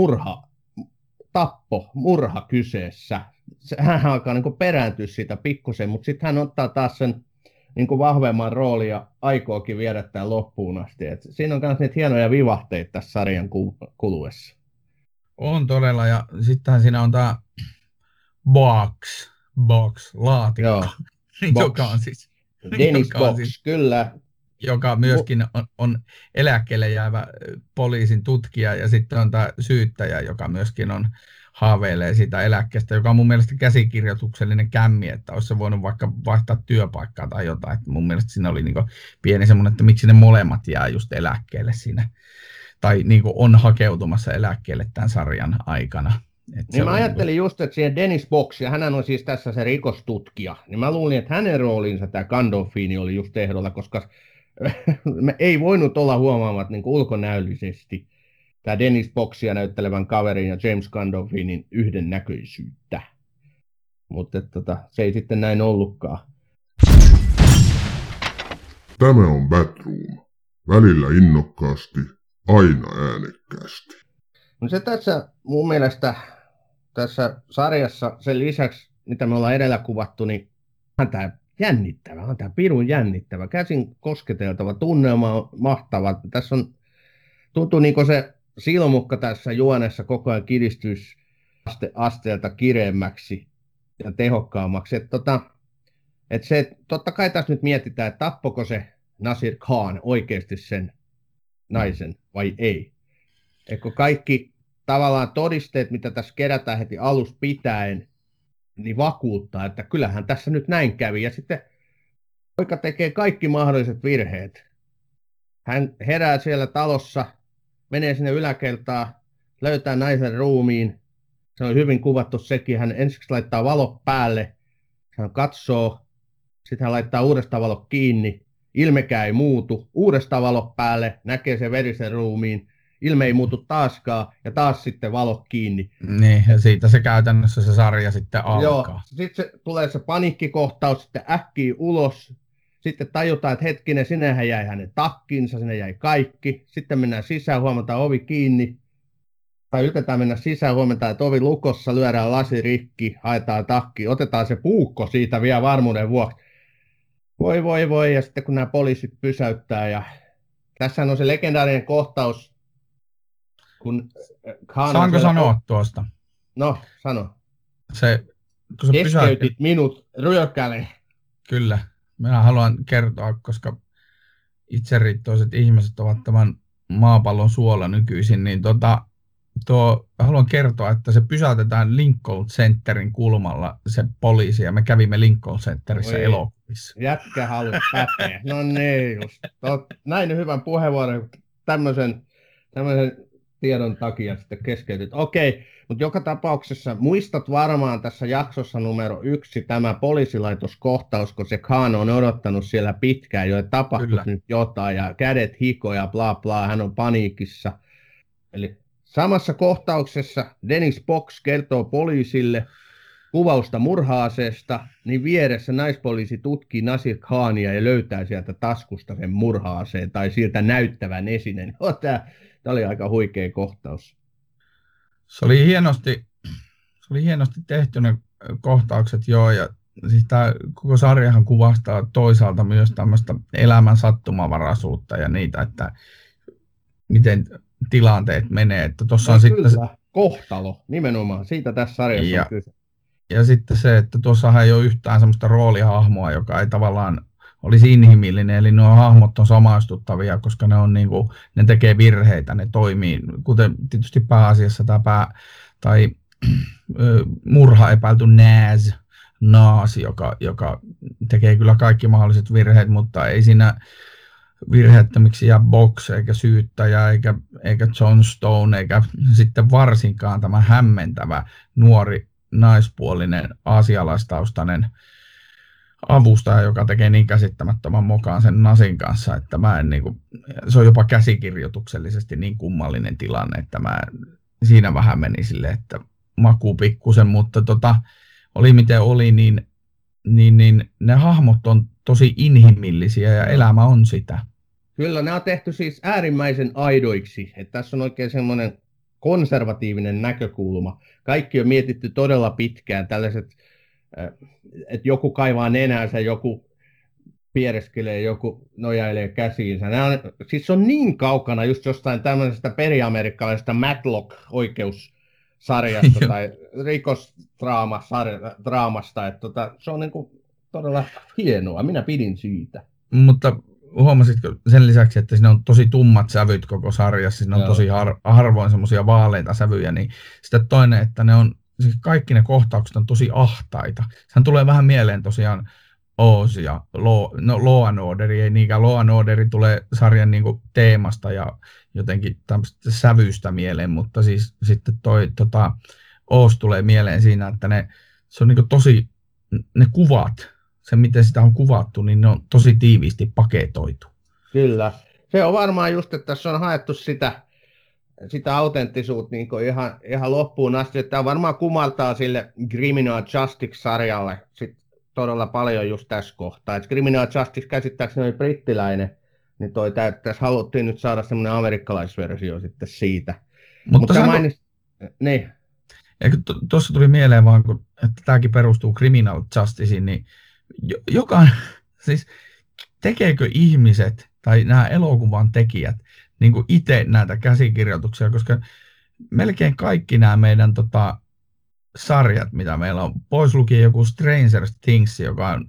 murha kyseessä, hän alkaa niin kuin perääntyä siitä pikkusen, mutta sitten hän ottaa taas sen niin kuin vahvemman roolin ja aikookin viedä tämän loppuun asti. Et siinä on myös niitä hienoja vivahteita tässä sarjan kuluessa. On todella, ja sittenhän siinä on tämä laatikko, joka on siis Dennis Box, kyllä. Joka myöskin on eläkkeelle jäävä poliisin tutkija, ja sitten on tämä syyttäjä, joka myöskin haaveilee siitä eläkkeestä, joka on mun mielestä käsikirjoituksellinen kämmi, että olisi se voinut vaikka vaihtaa työpaikkaa tai jotain. Että mun mielestä siinä oli niinku pieni semmoinen, että miksi ne molemmat jää just eläkkeelle siinä, tai niinku on hakeutumassa eläkkeelle tämän sarjan aikana. Niin mä ajattelin just, että siihen Dennis Box, ja hän on siis tässä se rikostutkija, niin mä luulin, että hänen roolinsa tämä Gandolfini oli just ehdolla, koska me ei voinut olla huomaamatta niin ulkonäöllisesti tämä Dennis Boxia näyttelevän kaverin ja James Gandolfinin yhdennäköisyyttä. Mutta se ei sitten näin ollutkaan. Tämä on Batroom. Välillä innokkaasti, aina äänekkäästi. No se tässä mun mielestä tässä sarjassa sen lisäksi, mitä me ollaan edellä kuvattu, niin on tämä jännittävä, on tämä pirun jännittävä, käsin kosketeltava, tunnelma on mahtava. Tässä tuntuu niin kuin se silmukka tässä juonessa koko ajan kiristyisi asteelta kireemmäksi ja tehokkaammaksi. Että se, totta kai tässä nyt mietitään, että tappoko se Nasir Khan oikeasti sen naisen vai ei. Eikö kaikki tavallaan todisteet, mitä tässä kerätään heti alusta pitäen, niin vakuuttaa, että kyllähän tässä nyt näin kävi. Ja sitten poika tekee kaikki mahdolliset virheet. Hän herää siellä talossa, menee sinne yläkertaan, löytää naisen ruumiin, Se on hyvin kuvattu sekin. Hän ensiksi laittaa valot päälle, hän katsoo, sitten hän laittaa uudestaan valot kiinni, ilmekään ei muutu, uudestaan valot päälle, näkee sen verisen ruumiin, ilme ei muutu taaskaan, ja taas sitten valot kiinni. Niin, ja siitä se käytännössä se sarja sitten alkaa. Joo, sitten tulee se paniikkikohtaus, sitten äkkiä ulos, sitten tajutaan, että hetkinen, sinnehän jäi hänen takkinsa, sinne jäi kaikki, sitten mennään sisään, huomataan ovi kiinni, tai yritetään mennä sisään, huomataan, että ovi lukossa, lyödään lasi rikki, haetaan takki, otetaan se puukko siitä vielä varmuuden vuoksi. Voi, ja sitten kun nämä poliisit pysäyttää, ja tässä on se legendaarinen kohtaus, kun Khan... Saanko sanoa tuosta? No, sano. Kun se keskeytit minut ryökäle. Kyllä. Minä haluan kertoa, koska itseriittoiset ihmiset ovat tämän maapallon suola nykyisin, niin haluan kertoa, että se pysäytetään Lincoln Centerin kulmalla se poliisi, ja me kävimme Lincoln Centerissä elokuvissa. Jätkä halusi päteä. No niin, just. Näin hyvän puheenvuoron, tämmöisen tiedon takia sitten keskeytyt. Okei, mutta joka tapauksessa muistat varmaan tässä jaksossa numero 1 tämä poliisilaitoskohtaus, kun se Khan on odottanut siellä pitkään jo, että tapahtuisi nyt jotain, ja kädet hikoja, bla bla, hän on paniikissa. Eli samassa kohtauksessa Dennis Box kertoo poliisille kuvausta murha-aseesta, niin vieressä naispoliisi tutkii Nasir Khania ja löytää sieltä taskusta sen murha-aseen tai siltä näyttävän esineen. Tämä oli aika huikea kohtaus. Se oli hienosti tehty ne kohtaukset, joo, ja siis tämä koko sarjahan kuvastaa toisaalta myös tämmöistä elämän sattumavaraisuutta ja niitä, että miten tilanteet menee. Että tossa on kyllä, sitten kohtalo, nimenomaan, siitä tässä sarjassa on kyse. Ja sitten se, että tuossahan ei ole yhtään semmoista roolihahmoa, joka ei tavallaan olisi inhimillinen, eli nuo hahmot on samaistuttavia, koska ne on niinku, ne tekee virheitä, ne toimii, kuten tietysti pääasiassa tai murha epäilty Naas, joka tekee kyllä kaikki mahdolliset virheet, mutta ei siinä virheettömiksi jää Box, eikä syyttäjä, eikä John Stone, eikä sitten varsinkaan tämä hämmentävä nuori naispuolinen aasialaistaustainen avustaja, joka tekee niin käsittämättömän mokaan sen Nasin kanssa, että se on jopa käsikirjoituksellisesti niin kummallinen tilanne, että siinä vähän meni silleen, että makuu pikkusen, mutta oli miten oli, niin ne hahmot on tosi inhimillisiä ja elämä on sitä. Kyllä, ne on tehty siis äärimmäisen aidoiksi, että tässä on oikein semmoinen konservatiivinen näkökulma. Kaikki on mietitty todella pitkään, tällaiset, että joku kaivaa nenäänsä, joku piereskelee, joku nojailee käsiinsä. Siis se on niin kaukana just jostain tämmöisestä periamerikkalaisesta Matlock-oikeussarjasta tai rikosdraamasta, että se on niin kuin todella hienoa. Minä pidin siitä. Mutta huomasitko sen lisäksi, että siinä on tosi tummat sävyt koko sarjassa, siinä on tosi harvoin semmoisia vaaleita sävyjä, niin sitten toinen, että siis kaikki ne kohtaukset on tosi ahtaita. Sehän tulee vähän mieleen tosiaan Oz ja Law and Order, ei niinkään Law and Order tulee sarjan niinku teemasta ja jotenkin tämmöistä sävystä mieleen, mutta siis sitten Oz tulee mieleen siinä, että se on niinku tosi, ne kuvat, se miten sitä on kuvattu, niin ne on tosi tiiviisti paketoitu. Kyllä. Se on varmaan just, että tässä on haettu sitä autenttisuutta niin ihan loppuun asti. Että tämä varmaan kumartaa sille Criminal Justice-sarjalle sit todella paljon just tässä kohtaa. Et Criminal Justice käsittääkseni oli brittiläinen, niin tässä haluttiin nyt saada semmoinen amerikkalaisversio sitten siitä. Mutta niin. Tuossa tuli mieleen vaan, että tämäkin perustuu Criminal Justiceen, niin siis tekeekö ihmiset tai nämä elokuvan tekijät niin kuin itse näitä käsikirjoituksia, koska melkein kaikki nämä meidän sarjat, mitä meillä on, pois lukien joku Stranger Things, joka on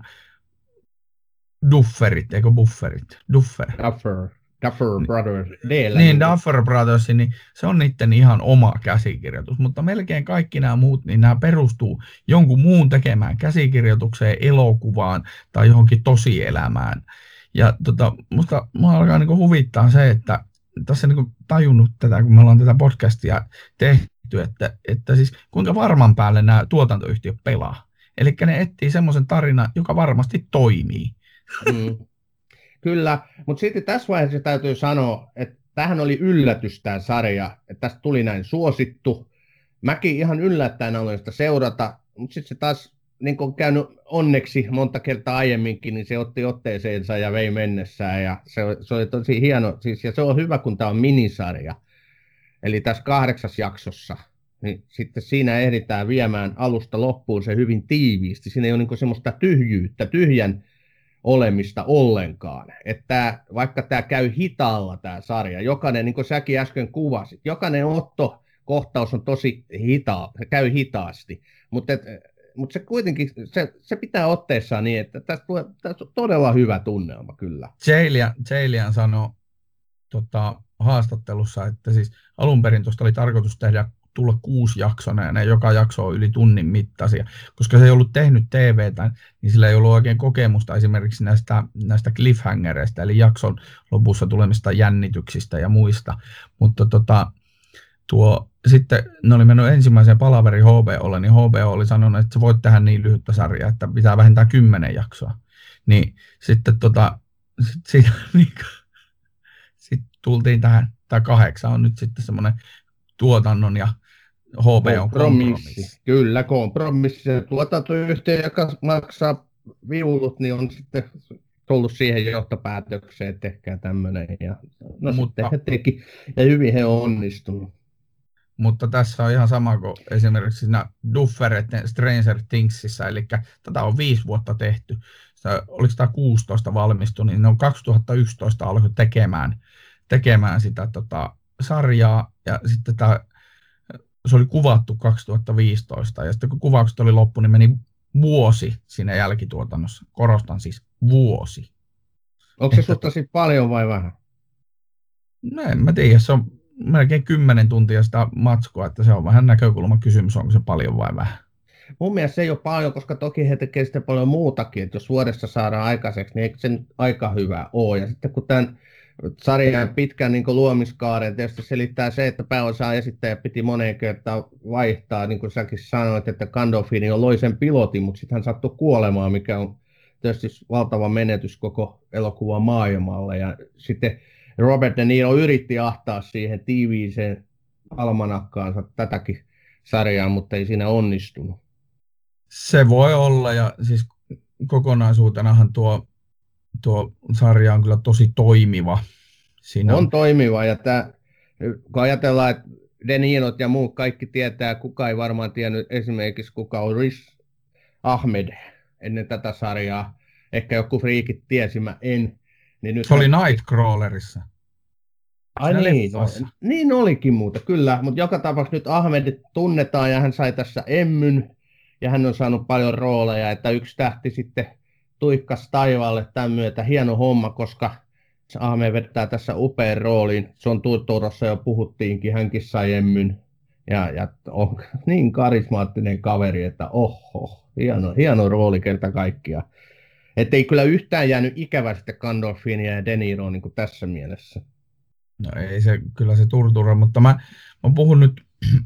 Dufferit, eikö Bufferit? Duffer Brothers. Niin, Duffer Brothers, niin se on niiden ihan oma käsikirjoitus, mutta melkein kaikki nämä muut, niin nämä perustuu jonkun muun tekemään käsikirjoitukseen, elokuvaan tai johonkin tosielämään. Ja musta alkaa huvittaa se, että tässä tajunnut tätä, kun me ollaan tätä podcastia tehty, mietitty, että siis kuinka varman päälle nämä tuotantoyhtiöt pelaa. Eli ne etsii semmoisen tarinan, joka varmasti toimii. Kyllä, mutta sitten tässä vaiheessa täytyy sanoa, että tämähän oli yllätys tämä sarja, että tästä tuli näin suosittu. Mäkin ihan yllättäen aloin sitä seurata, mutta sitten se taas niin kuin on käynyt onneksi monta kertaa aiemminkin, niin se otti otteeseensa ja vei mennessään. Ja se oli tosi hieno, siis, ja se on hyvä, kun tämä on minisarja. Eli tässä 8 jaksossa, niin sitten siinä ehditään viemään alusta loppuun se hyvin tiiviisti. Siinä ei ole niin semmoista tyhjyyttä, tyhjän olemista ollenkaan. Että vaikka tämä käy hitaalla tämä sarja, jokainen, niin kuin säkin äsken kuvasit, jokainen kohtaus on tosi se käy hitaasti, mutta se kuitenkin, se pitää otteessaan niin, että tästä on todella hyvä tunnelma kyllä. Jailian sanoi haastattelussa, että siis alun perin tuosta oli tarkoitus tulla 6 jaksona ja ne joka jakso on yli tunnin mittaisia. Koska se ei ollut tehnyt TVtä, niin sillä ei ollut oikein kokemusta esimerkiksi näistä cliffhangereista, eli jakson lopussa tulemista jännityksistä ja muista. Mutta sitten ne oli mennyt ensimmäiseen palaveriin HBOlle, niin HBO oli sanonut, että sä voit tehdä niin lyhyttä sarjaa, että pitää vähintään 10 jaksoa. Niin sitten sitten tultiin tähän, tämä 8 on nyt sitten semmoinen tuotannon ja HBO kompromissi. Kyllä, kompromissi. Se tuotantoyhtiö, joka maksaa viulut, niin on sitten tullut siihen johtopäätökseen, että tehkää tämmöinen. Ja, sitten he teki, ja hyvin he on onnistunut. Mutta tässä on ihan sama kuin esimerkiksi siinä Dufferetten Stranger Thingsissa, eli tätä on 5 vuotta tehty. Oliko tämä 16 valmistu, niin ne on 2011 alkoi tekemään sitä sarjaa, ja sitten se oli kuvattu 2015, ja sitten kun kuvaukset oli loppu, niin meni vuosi siinä jälkituotannossa. Korostan siis vuosi. Onko se susta sitten paljon vai vähän? No en mä tiedä, se on melkein 10 tuntia sitä matskua, että se on vähän näkökulma kysymys, onko se paljon vai vähän. Mun mielestä se ei ole paljon, koska toki he tekevät sitten paljon muutakin, että jos vuodessa saadaan aikaiseksi, niin eikö se nyt aika hyvä ole. Ja sitten kun tämän sarjan pitkän niin luomiskaaren tietysti selittää se, että pääosa esittäjä piti moneen kertaan vaihtaa, niin kuin säkin sanoit, että Gandolfini loi sen pilotin, mutta sitten hän sattui kuolemaan, mikä on tietysti valtava menetys koko elokuvan maailmalle. Ja sitten Robert De Niro yritti ahtaa siihen tiiviiseen almanakkaansa tätäkin sarjaa, mutta ei siinä onnistunut. Se voi olla, ja siis kokonaisuutenahan tuo sarja on kyllä tosi toimiva. Siinä on toimiva, ja kun ajatellaan, että De Nirot ja muut kaikki tietää, kuka ei varmaan tiennyt esimerkiksi kuka on Riz Ahmed ennen tätä sarjaa. Ehkä joku friikit tiesi, mä en. Niin nyt se oli Nightcrawlerissa. Ai niin olikin muuta, kyllä. Mutta joka tapauksessa nyt Ahmed tunnetaan, ja hän sai tässä Emmyn, ja hän on saanut paljon rooleja, että yksi tähti sitten tuikkasi taivaalle tämän myötä. Hieno homma, koska Ahmed vettää tässä upean roolin. John Turturrossa jo puhuttiinkin, hänkin sai Emmyn. Ja on niin karismaattinen kaveri, että hieno rooli kerta kaikkiaan. Että ei kyllä yhtään jäänyt ikävä sitten Gandolfinia ja De Niroa niin kuin tässä mielessä. No ei se, kyllä se Turturro, mutta mä puhun nyt,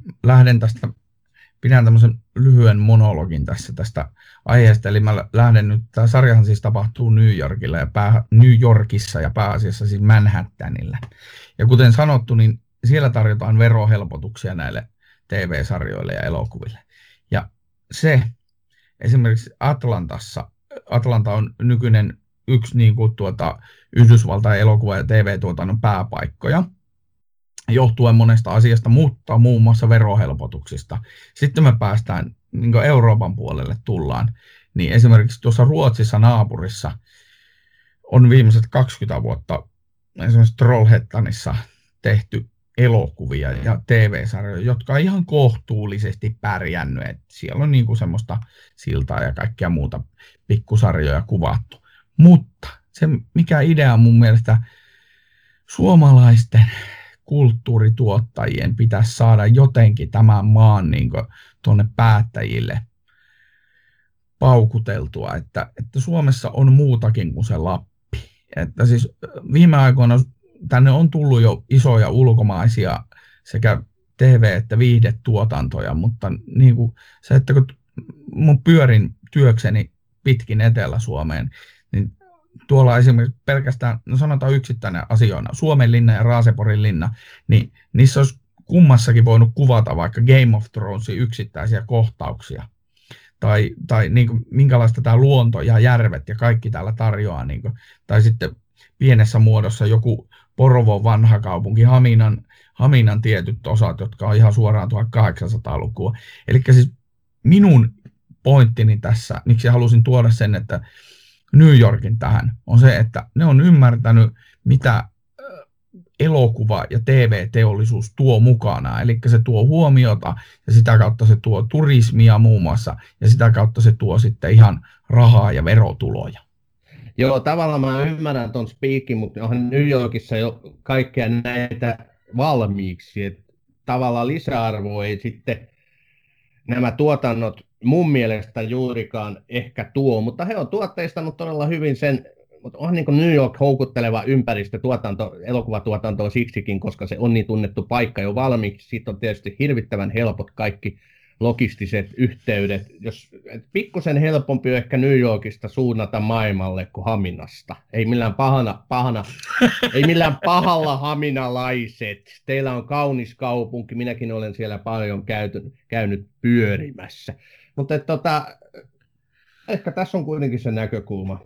pidän tämmöisen lyhyen monologin tästä aiheesta, eli mä lähden nyt, tämä sarjahan siis tapahtuu New Yorkissa ja pääasiassa siis Manhattanilla. Ja kuten sanottu, niin siellä tarjotaan verohelpotuksia näille TV-sarjoille ja elokuville. Ja se esimerkiksi Atlanta on nykyinen yksi niin kuin Yhdysvaltain elokuva- ja TV-tuotannon pääpaikkoja, johtuen monesta asiasta, mutta muun muassa verohelpotuksista. Sitten me päästään, niin kuin Euroopan puolelle tullaan, niin esimerkiksi tuossa Ruotsissa naapurissa on viimeiset 20 vuotta esimerkiksi Trollhättanissa tehty elokuvia ja TV-sarjoja, jotka on ihan kohtuullisesti pärjännyt. Et siellä on niin kuin semmoista siltaa ja kaikkia muuta pikkusarjoja kuvattu. Mutta se, mikä idea on mun mielestä suomalaisten kulttuurituottajien pitäisi saada jotenkin tämän maan niin kuin tuonne päättäjille paukuteltua, että Suomessa on muutakin kuin se Lappi. Että siis viime aikoina tänne on tullut jo isoja ulkomaisia sekä TV- että viihdetuotantoja, mutta niin kuin se, että kun mun pyörin työkseni pitkin Etelä-Suomeen, niin tuolla esimerkiksi pelkästään, no sanotaan yksittäinen asioina, Suomenlinna ja Raaseporin linna, niin niissä olisi kummassakin voinut kuvata vaikka Game of Thronesin yksittäisiä kohtauksia. Tai niin kuin, minkälaista tämä luonto ja järvet ja kaikki täällä tarjoaa. Niin kuin, tai sitten pienessä muodossa joku Porvoon vanha kaupunki, Haminan tietyt osat, jotka on ihan suoraan 1800-lukua. Eli siis minun pointtini tässä, miksi halusin tuoda sen, että New Yorkin tähän, on se, että ne on ymmärtänyt, mitä elokuva- ja TV-teollisuus tuo mukana. Eli se tuo huomiota ja sitä kautta se tuo turismia muun muassa ja sitä kautta se tuo sitten ihan rahaa ja verotuloja. Joo, tavallaan mä ymmärrän ton speakin, mutta onhan New Yorkissa jo kaikkea näitä valmiiksi. Et tavallaan lisäarvoa ei sitten nämä tuotannot mun mielestä juurikaan ehkä tuo, mutta he on tuotteistanut todella hyvin sen. Mutta onhan niin kuin New York houkutteleva ympäristö elokuvatuotantoa siksikin, koska se on niin tunnettu paikka jo valmiiksi. Siitä on tietysti hirvittävän helpot kaikki logistiset yhteydet. Pikkusen helpompi on ehkä New Yorkista suunnata maailmalle kuin Haminasta. Ei millään ei millään pahalla haminalaiset. Teillä on kaunis kaupunki, minäkin olen siellä paljon käynyt pyörimässä. Mutta ehkä tässä on kuitenkin se näkökulma.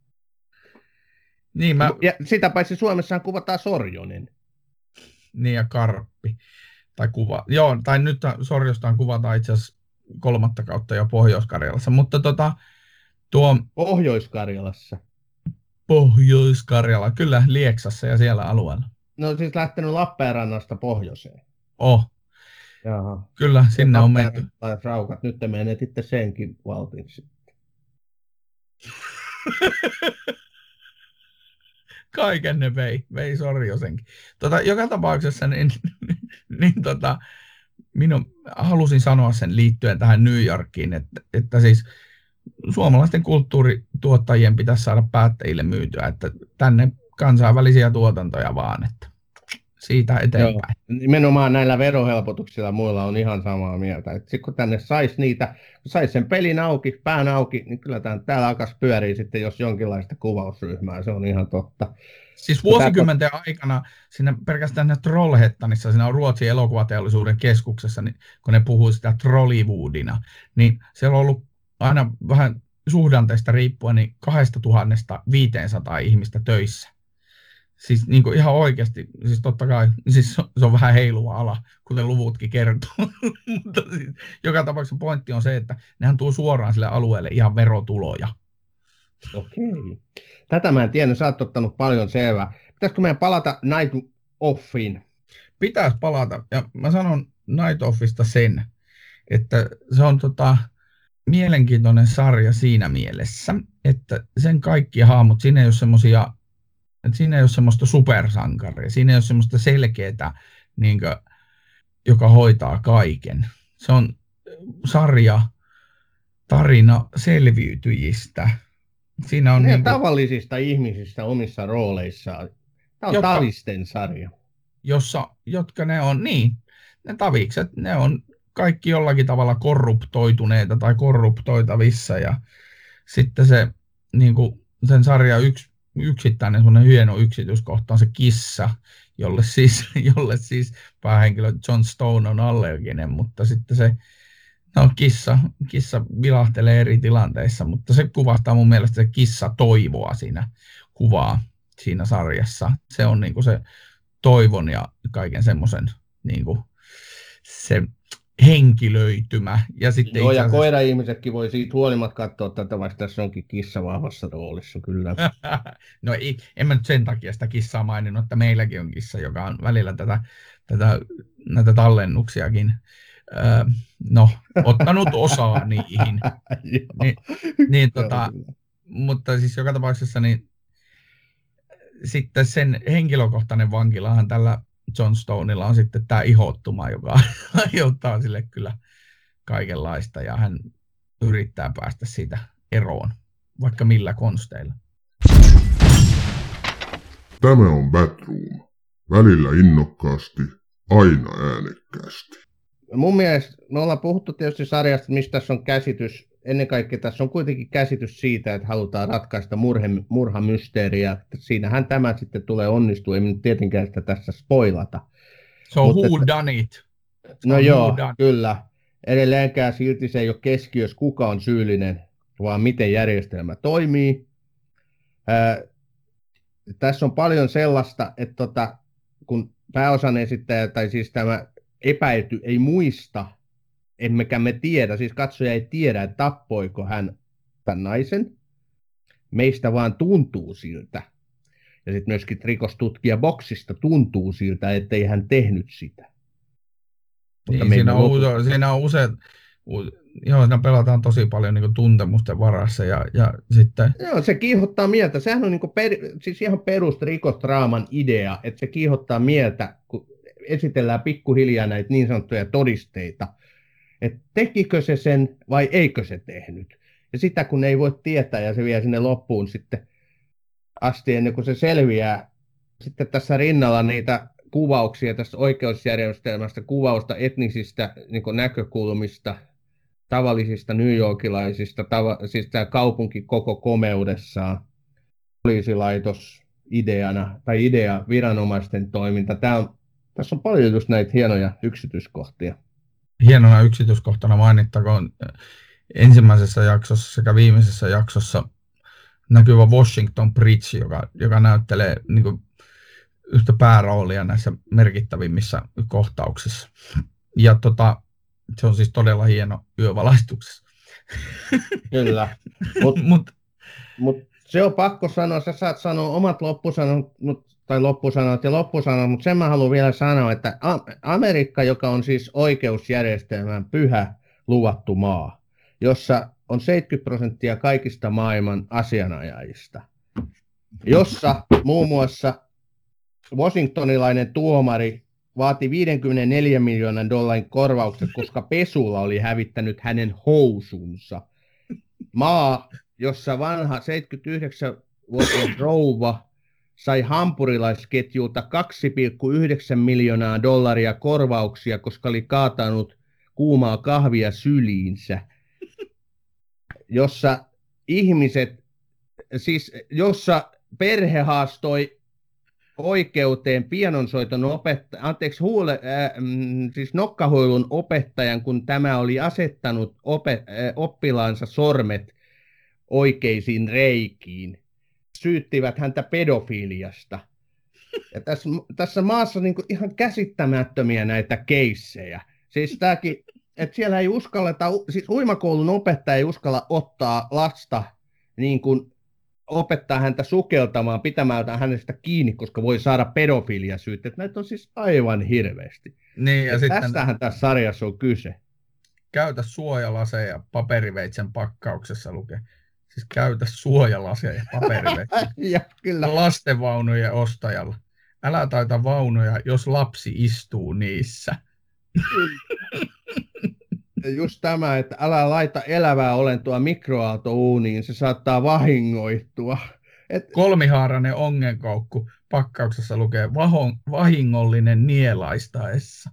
Niin, ja sitä paitsi Suomessahan kuvataan Sorjonen. Niin ja Karppi. Tai nyt Sorjostaan kuvataan itse asiassa 3. kautta jo Pohjois-Karjalassa. Mutta tuo... Pohjois-Karjala, kyllä Lieksassa ja siellä alueella. No siis lähtenyt Lappeenrannasta pohjoiseen. Jaha. Kyllä, sinne on menty. Raukat, nyt te menetitte senkin valtin sitten. Kaiken ne vei Sorjosenkin. Joka tapauksessa minun halusin sanoa sen liittyen tähän New Yorkiin, että siis suomalaisten kulttuurituottajien pitäisi saada päättäjille myytyä, että tänne kansainvälisiä tuotantoja vaan, että siitä eteenpäin. Joo, nimenomaan näillä verohelpotuksilla muilla on ihan samaa mieltä. Sitten kun tänne sais sen pelin auki, pään auki, niin kyllä täällä alkaisi pyöriä sitten, jos jonkinlaista kuvausryhmää, se on ihan totta. Siis vuosikymmenten aikana siinä pelkästään Trollhättanissa, siinä on Ruotsin elokuvateollisuuden keskuksessa, niin kun ne puhuu sitä Trollywoodina, niin siellä on ollut aina vähän suhdanteista riippuen niin 2,500 ihmistä töissä. Siis niin kuin ihan oikeasti, siis totta kai, siis se on vähän heiluva ala, kuten luvutkin kertoo, mutta siis, joka tapauksessa pointti on se, että nehän tuo suoraan sille alueelle ihan verotuloja. Okei. Tätä mä en tiedä, sä oot ottanut paljon selvää. Pitäisikö meidän palata Night Offiin? Pitäisi palata, ja mä sanon Night Offista sen, että se on mielenkiintoinen sarja siinä mielessä, että sen kaikki hahmot, siinä ei ole semmoisia, että siinä ei ole semmoista supersankaria, siinä ei ole semmoista selkeää, niin kuin, joka hoitaa kaiken. Se on sarja, tarina selviytyjistä. Siinä on niin kuin, tavallisista ihmisistä omissa rooleissaan. Tämä on tavisten sarja. Jotka ne on, niin, ne tavikset, ne on kaikki jollakin tavalla korruptoituneita tai korruptoitavissa. Ja sitten se, niin kuin, sen sarjan yksittäinen semmoinen hieno yksityiskohta on se kissa, jolle siis päähenkilö Jon Stone on allerginen, mutta sitten se kissa vilahtelee eri tilanteissa, mutta se kuvastaa mun mielestä se kissa toivoa siinä kuvaa siinä sarjassa. Se on niinku se toivon ja kaiken semmoisen niinku se henkilöitymä. Ja sitten ja koira-ihmisetkin voi siitä huolimatta katsoa tätä, vaikka tässä onkin kissa vahvassa roolissa, kyllä. No en mä nyt sen takia sitä kissaa maininnut, että meilläkin on kissa, joka on välillä näitä tallennuksiakin ottanut osaa niihin. Mutta siis joka tapauksessa niin sitten sen henkilökohtainen vankilahan tällä Jon Stonella on sitten tämä ihottuma, joka aiheuttaa sille kyllä kaikenlaista ja hän yrittää päästä siitä eroon, vaikka millä konsteilla. Tämä on Batroom. Välillä innokkaasti, aina äänekkäästi. Mun mielestä me ollaan puhuttu tietysti sarjasta, mistä tässä on käsitys. Ennen kaikkea tässä on kuitenkin käsitys siitä, että halutaan ratkaista murhamysteeriä. Siinähän tämä sitten tulee onnistua, ei nyt tietenkään sitä tässä spoilata. Se on who done it. No joo, kyllä. Edelleenkään silti se ei ole keskiössä, kuka on syyllinen, vaan miten järjestelmä toimii. Tässä on paljon sellaista, että kun pääosan esittäjä, tai siis tämä epäilty ei muista, emmekä me tiedä, siis katsoja ei tiedä, että tappoiko hän tämän naisen. Meistä vaan tuntuu siltä. Ja sitten myöskin rikostutkija Boksista tuntuu siltä, ettei hän tehnyt sitä. Niin, siinä on usein, siinä pelataan tosi paljon niin kuin tuntemusten varassa ja sitten... Joo, se kiihottaa mieltä. Sehän on niin kuin siis ihan perusrikostraaman idea, että se kiihottaa mieltä, kun esitellään pikkuhiljaa näitä niin sanottuja todisteita, että tekikö se sen vai eikö se tehnyt. Ja sitä kun ei voi tietää ja se vie sinne loppuun sitten asti ennen kuin se selviää. Sitten tässä rinnalla niitä kuvauksia tästä oikeusjärjestelmästä, kuvausta etnisistä niin kuin näkökulmista, tavallisista newyorkilaisista, siis tämä kaupunki koko komeudessaan, poliisilaitos ideana tai idea, viranomaisten toiminta. Tässä on paljon just näitä hienoja yksityiskohtia. Hienona yksityiskohtana mainittakoon ensimmäisessä jaksossa sekä viimeisessä jaksossa näkyvä Washington Bridge, joka näyttelee niin kuin yhtä pääroolia näissä merkittävimmissä kohtauksissa. Ja se on siis todella hieno yövalaistuksessa. Kyllä, mutta se on pakko sanoa, sä saat sanoa omat loppusanat, mutta sen mä haluan vielä sanoa, että Amerikka, joka on siis oikeusjärjestelmän pyhä luvattu maa, jossa on 70% kaikista maailman asianajajista, jossa muun muassa washingtonilainen tuomari vaati $54 miljoonan korvaukset, koska pesulla oli hävittänyt hänen housunsa. Maa, jossa vanha 79-vuotias rouva sai hampurilaisketjulta $2,9 miljoonaa korvauksia, koska oli kaatanut kuumaa kahvia syliinsä. Jossa perhe haastoi oikeuteen pianonsoiton nokkahuilun opettajan, kun tämä oli asettanut oppilaansa sormet oikeisiin reikiin. Syyttivät häntä pedofiliasta. Ja tässä maassa niin kuin ihan käsittämättömiä näitä keissejä. Siis tämäkin, että siellä ei uskalleta, siis uimakoulun opettaja ei uskalla ottaa lasta niin kuin opettaa häntä sukeltamaan pitämältä hänestä kiinni, koska voi saada pedofiliasyytteet. Näitä on siis aivan hirveästi. Niin, ja sitten tästähän tässä sarjassa on kyse. Käytä suojalaseja paperiveitsen pakkauksessa lukee. Siis käytä suojalaseja paperiveitsen. Ja kyllä. Lastenvaunujen ostajalla. Älä taita vaunuja, jos lapsi istuu niissä. Just tämä, että älä laita elävää olentoa mikroaaltouuniin, se saattaa vahingoittua. Kolmihaarainen ongenkoukku pakkauksessa lukee vahingollinen nielaistaessa.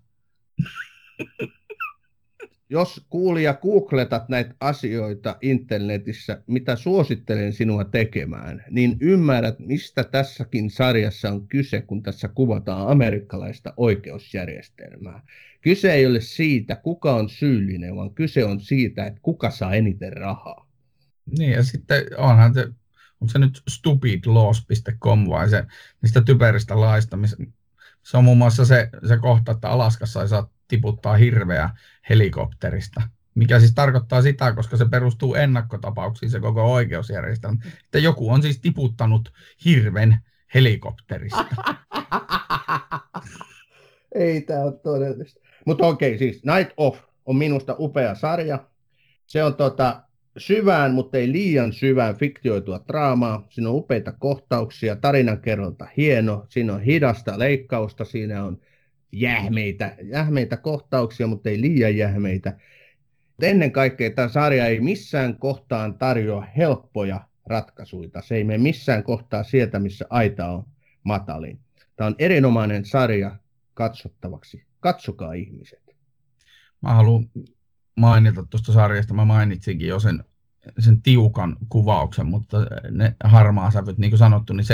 Jos kuulija googletat näitä asioita internetissä, mitä suosittelen sinua tekemään, niin ymmärrät, mistä tässäkin sarjassa on kyse, kun tässä kuvataan amerikkalaista oikeusjärjestelmää. Kyse ei ole siitä, kuka on syyllinen, vaan kyse on siitä, että kuka saa eniten rahaa. Niin, ja sitten onko se nyt stupidlaws.com vai se niistä typeristä laista, se on muun muassa se kohta, että Alaskassa ei saa tiputtaa hirveä helikopterista, mikä siis tarkoittaa sitä, koska se perustuu ennakkotapauksiin se koko oikeusjärjestelmä, että joku on siis tiputtanut hirven helikopterista. Ei tämä ole todellista. Mutta okei, siis Night Of on minusta upea sarja. Se on syvään, mutta ei liian syvään fiktioitua draamaa. Siinä on upeita kohtauksia, tarinankerronta hieno, siinä on hidasta leikkausta, siinä on jähmeitä kohtauksia, mutta ei liian jähmeitä. Ennen kaikkea tämä sarja ei missään kohtaan tarjoa helppoja ratkaisuja. Se ei mene missään kohtaa sieltä, missä aita on matalin. Tämä on erinomainen sarja katsottavaksi Katsokaa ihmiset. Mä haluan mainita tuosta sarjasta, mä mainitsinkin jo sen tiukan kuvauksen, mutta ne harmaasävyt, niin kuin sanottu, niin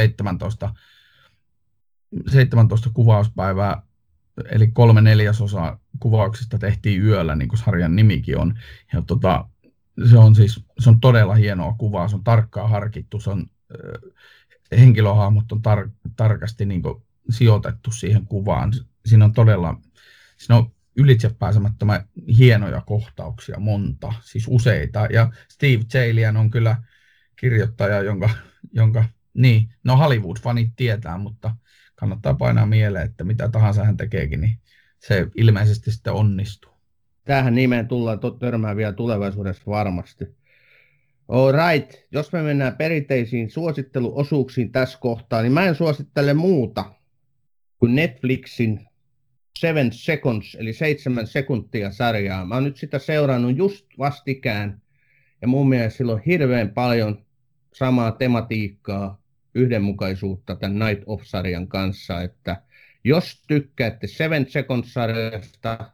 17 kuvauspäivää, eli 3/4 kuvauksista tehtiin yöllä, niin kuin sarjan nimikin on. Ja se on todella hienoa kuvaa, se on tarkkaan harkittu, henkilöhahmot on tarkasti niin kuin sijoitettu siihen kuvaan. Siinä on ylitsepääsemättömän hienoja kohtauksia, monta, siis useita. Ja Steve Zalian on kyllä kirjoittaja, jonka Hollywood-fanit tietää, mutta kannattaa painaa mieleen, että mitä tahansa hän tekeekin, niin se ilmeisesti sitten onnistuu. Tähän nimeen tullaan törmään vielä tulevaisuudessa varmasti. All right, jos me mennään perinteisiin suositteluosuuksiin tässä kohtaa, niin mä en suosittele muuta kuin Netflixin 7 Seconds, eli 7 sekuntia sarjaa. Mä oon nyt sitä seurannut just vastikään, ja mun mielestä sillä on hirveän paljon samaa tematiikkaa, yhdenmukaisuutta tämän Night of-sarjan kanssa, että jos tykkäätte 7 Seconds-sarjasta,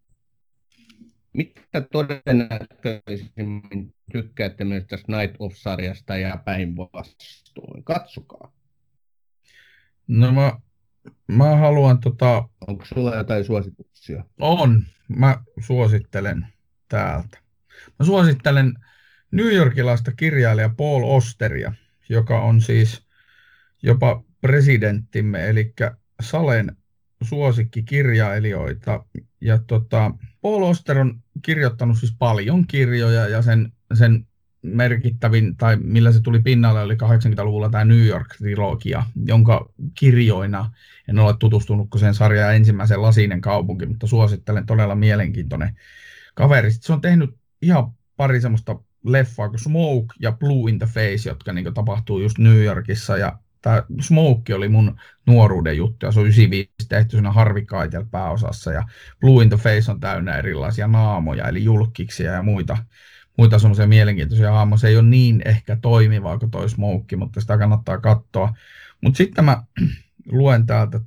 mitä todennäköisimmin tykkäätte myös tästä Night of-sarjasta ja päinvastoin? Katsokaa. No mä haluan Onko sulla jotain suosituksia? On. Mä suosittelen täältä. Mä suosittelen newyorkilaista kirjailija Paul Austeria, joka on siis jopa presidenttimme, eli Salen suosikkikirjailijoita. Ja Paul Auster on kirjoittanut siis paljon kirjoja, ja sen merkittävin, tai millä se tuli pinnalle, oli 80-luvulla tämä New York-trilogia, jonka kirjoina en ole tutustunut sen sarjan ensimmäisen Lasinen kaupunki, mutta suosittelen, todella mielenkiintoinen kaveri. Sitten se on tehnyt ihan pari semmoista leffaa kuin Smoke ja Blue in the Face, jotka niin tapahtuu just New Yorkissa, ja tämä Smoke oli mun nuoruuden juttu, ja se on 95 tehty siinä Harvey Keitel pääosassa, ja Blue in the Face on täynnä erilaisia naamoja, eli julkkiksia ja muita semmoisia mielenkiintoisia hahmoja. Se ei ole niin ehkä toimivaa kuin toi Smoke, mutta sitä kannattaa katsoa. Mutta sitten mä luen täältä,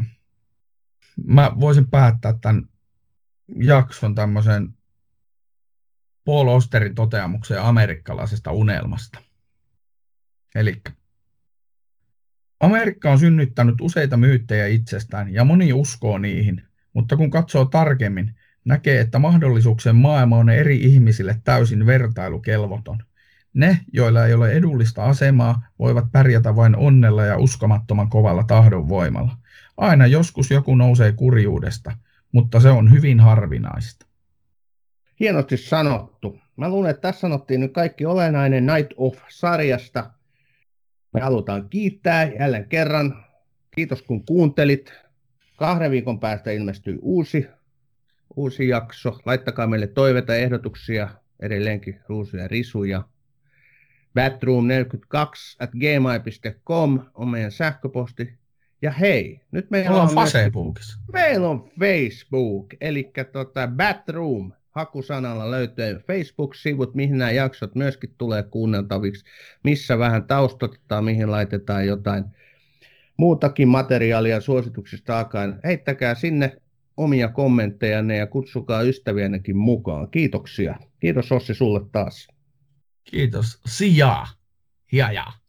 mä voisin päättää tämän jakson tämmöisen Paul Austerin toteamukseen amerikkalaisesta unelmasta. Eli Amerikka on synnyttänyt useita myyttejä itsestään ja moni uskoo niihin, mutta kun katsoo tarkemmin, näkee, että mahdollisuuksien maailma on eri ihmisille täysin vertailukelvoton. Ne, joilla ei ole edullista asemaa, voivat pärjätä vain onnella ja uskomattoman kovalla tahdonvoimalla. Aina joskus joku nousee kurjuudesta, mutta se on hyvin harvinaista. Hienosti sanottu. Mä luulen, että tässä sanottiin nyt kaikki olennainen Night of-sarjasta. Me halutaan kiittää jälleen kerran. Kiitos kun kuuntelit. 2 viikon päästä ilmestyy uusi jakso. Laittakaa meille toiveita ja ehdotuksia, edelleenkin ruusuja risuja. batroom42@gmail.com on meidän sähköposti. Ja hei, nyt meillä on Facebookissa. Meillä on Facebook, eli Batroom hakusanalla löytyy Facebook-sivut, mihin nämä jaksot myöskin tulee kuunneltaviksi, missä vähän taustotetaan, mihin laitetaan jotain muutakin materiaalia suosituksista alkaen. Heittäkää sinne omia kommenttejanne ja kutsukaa ystäviännekin mukaan. Kiitoksia. Kiitos Ossi sulle taas. Kiitos. See ya.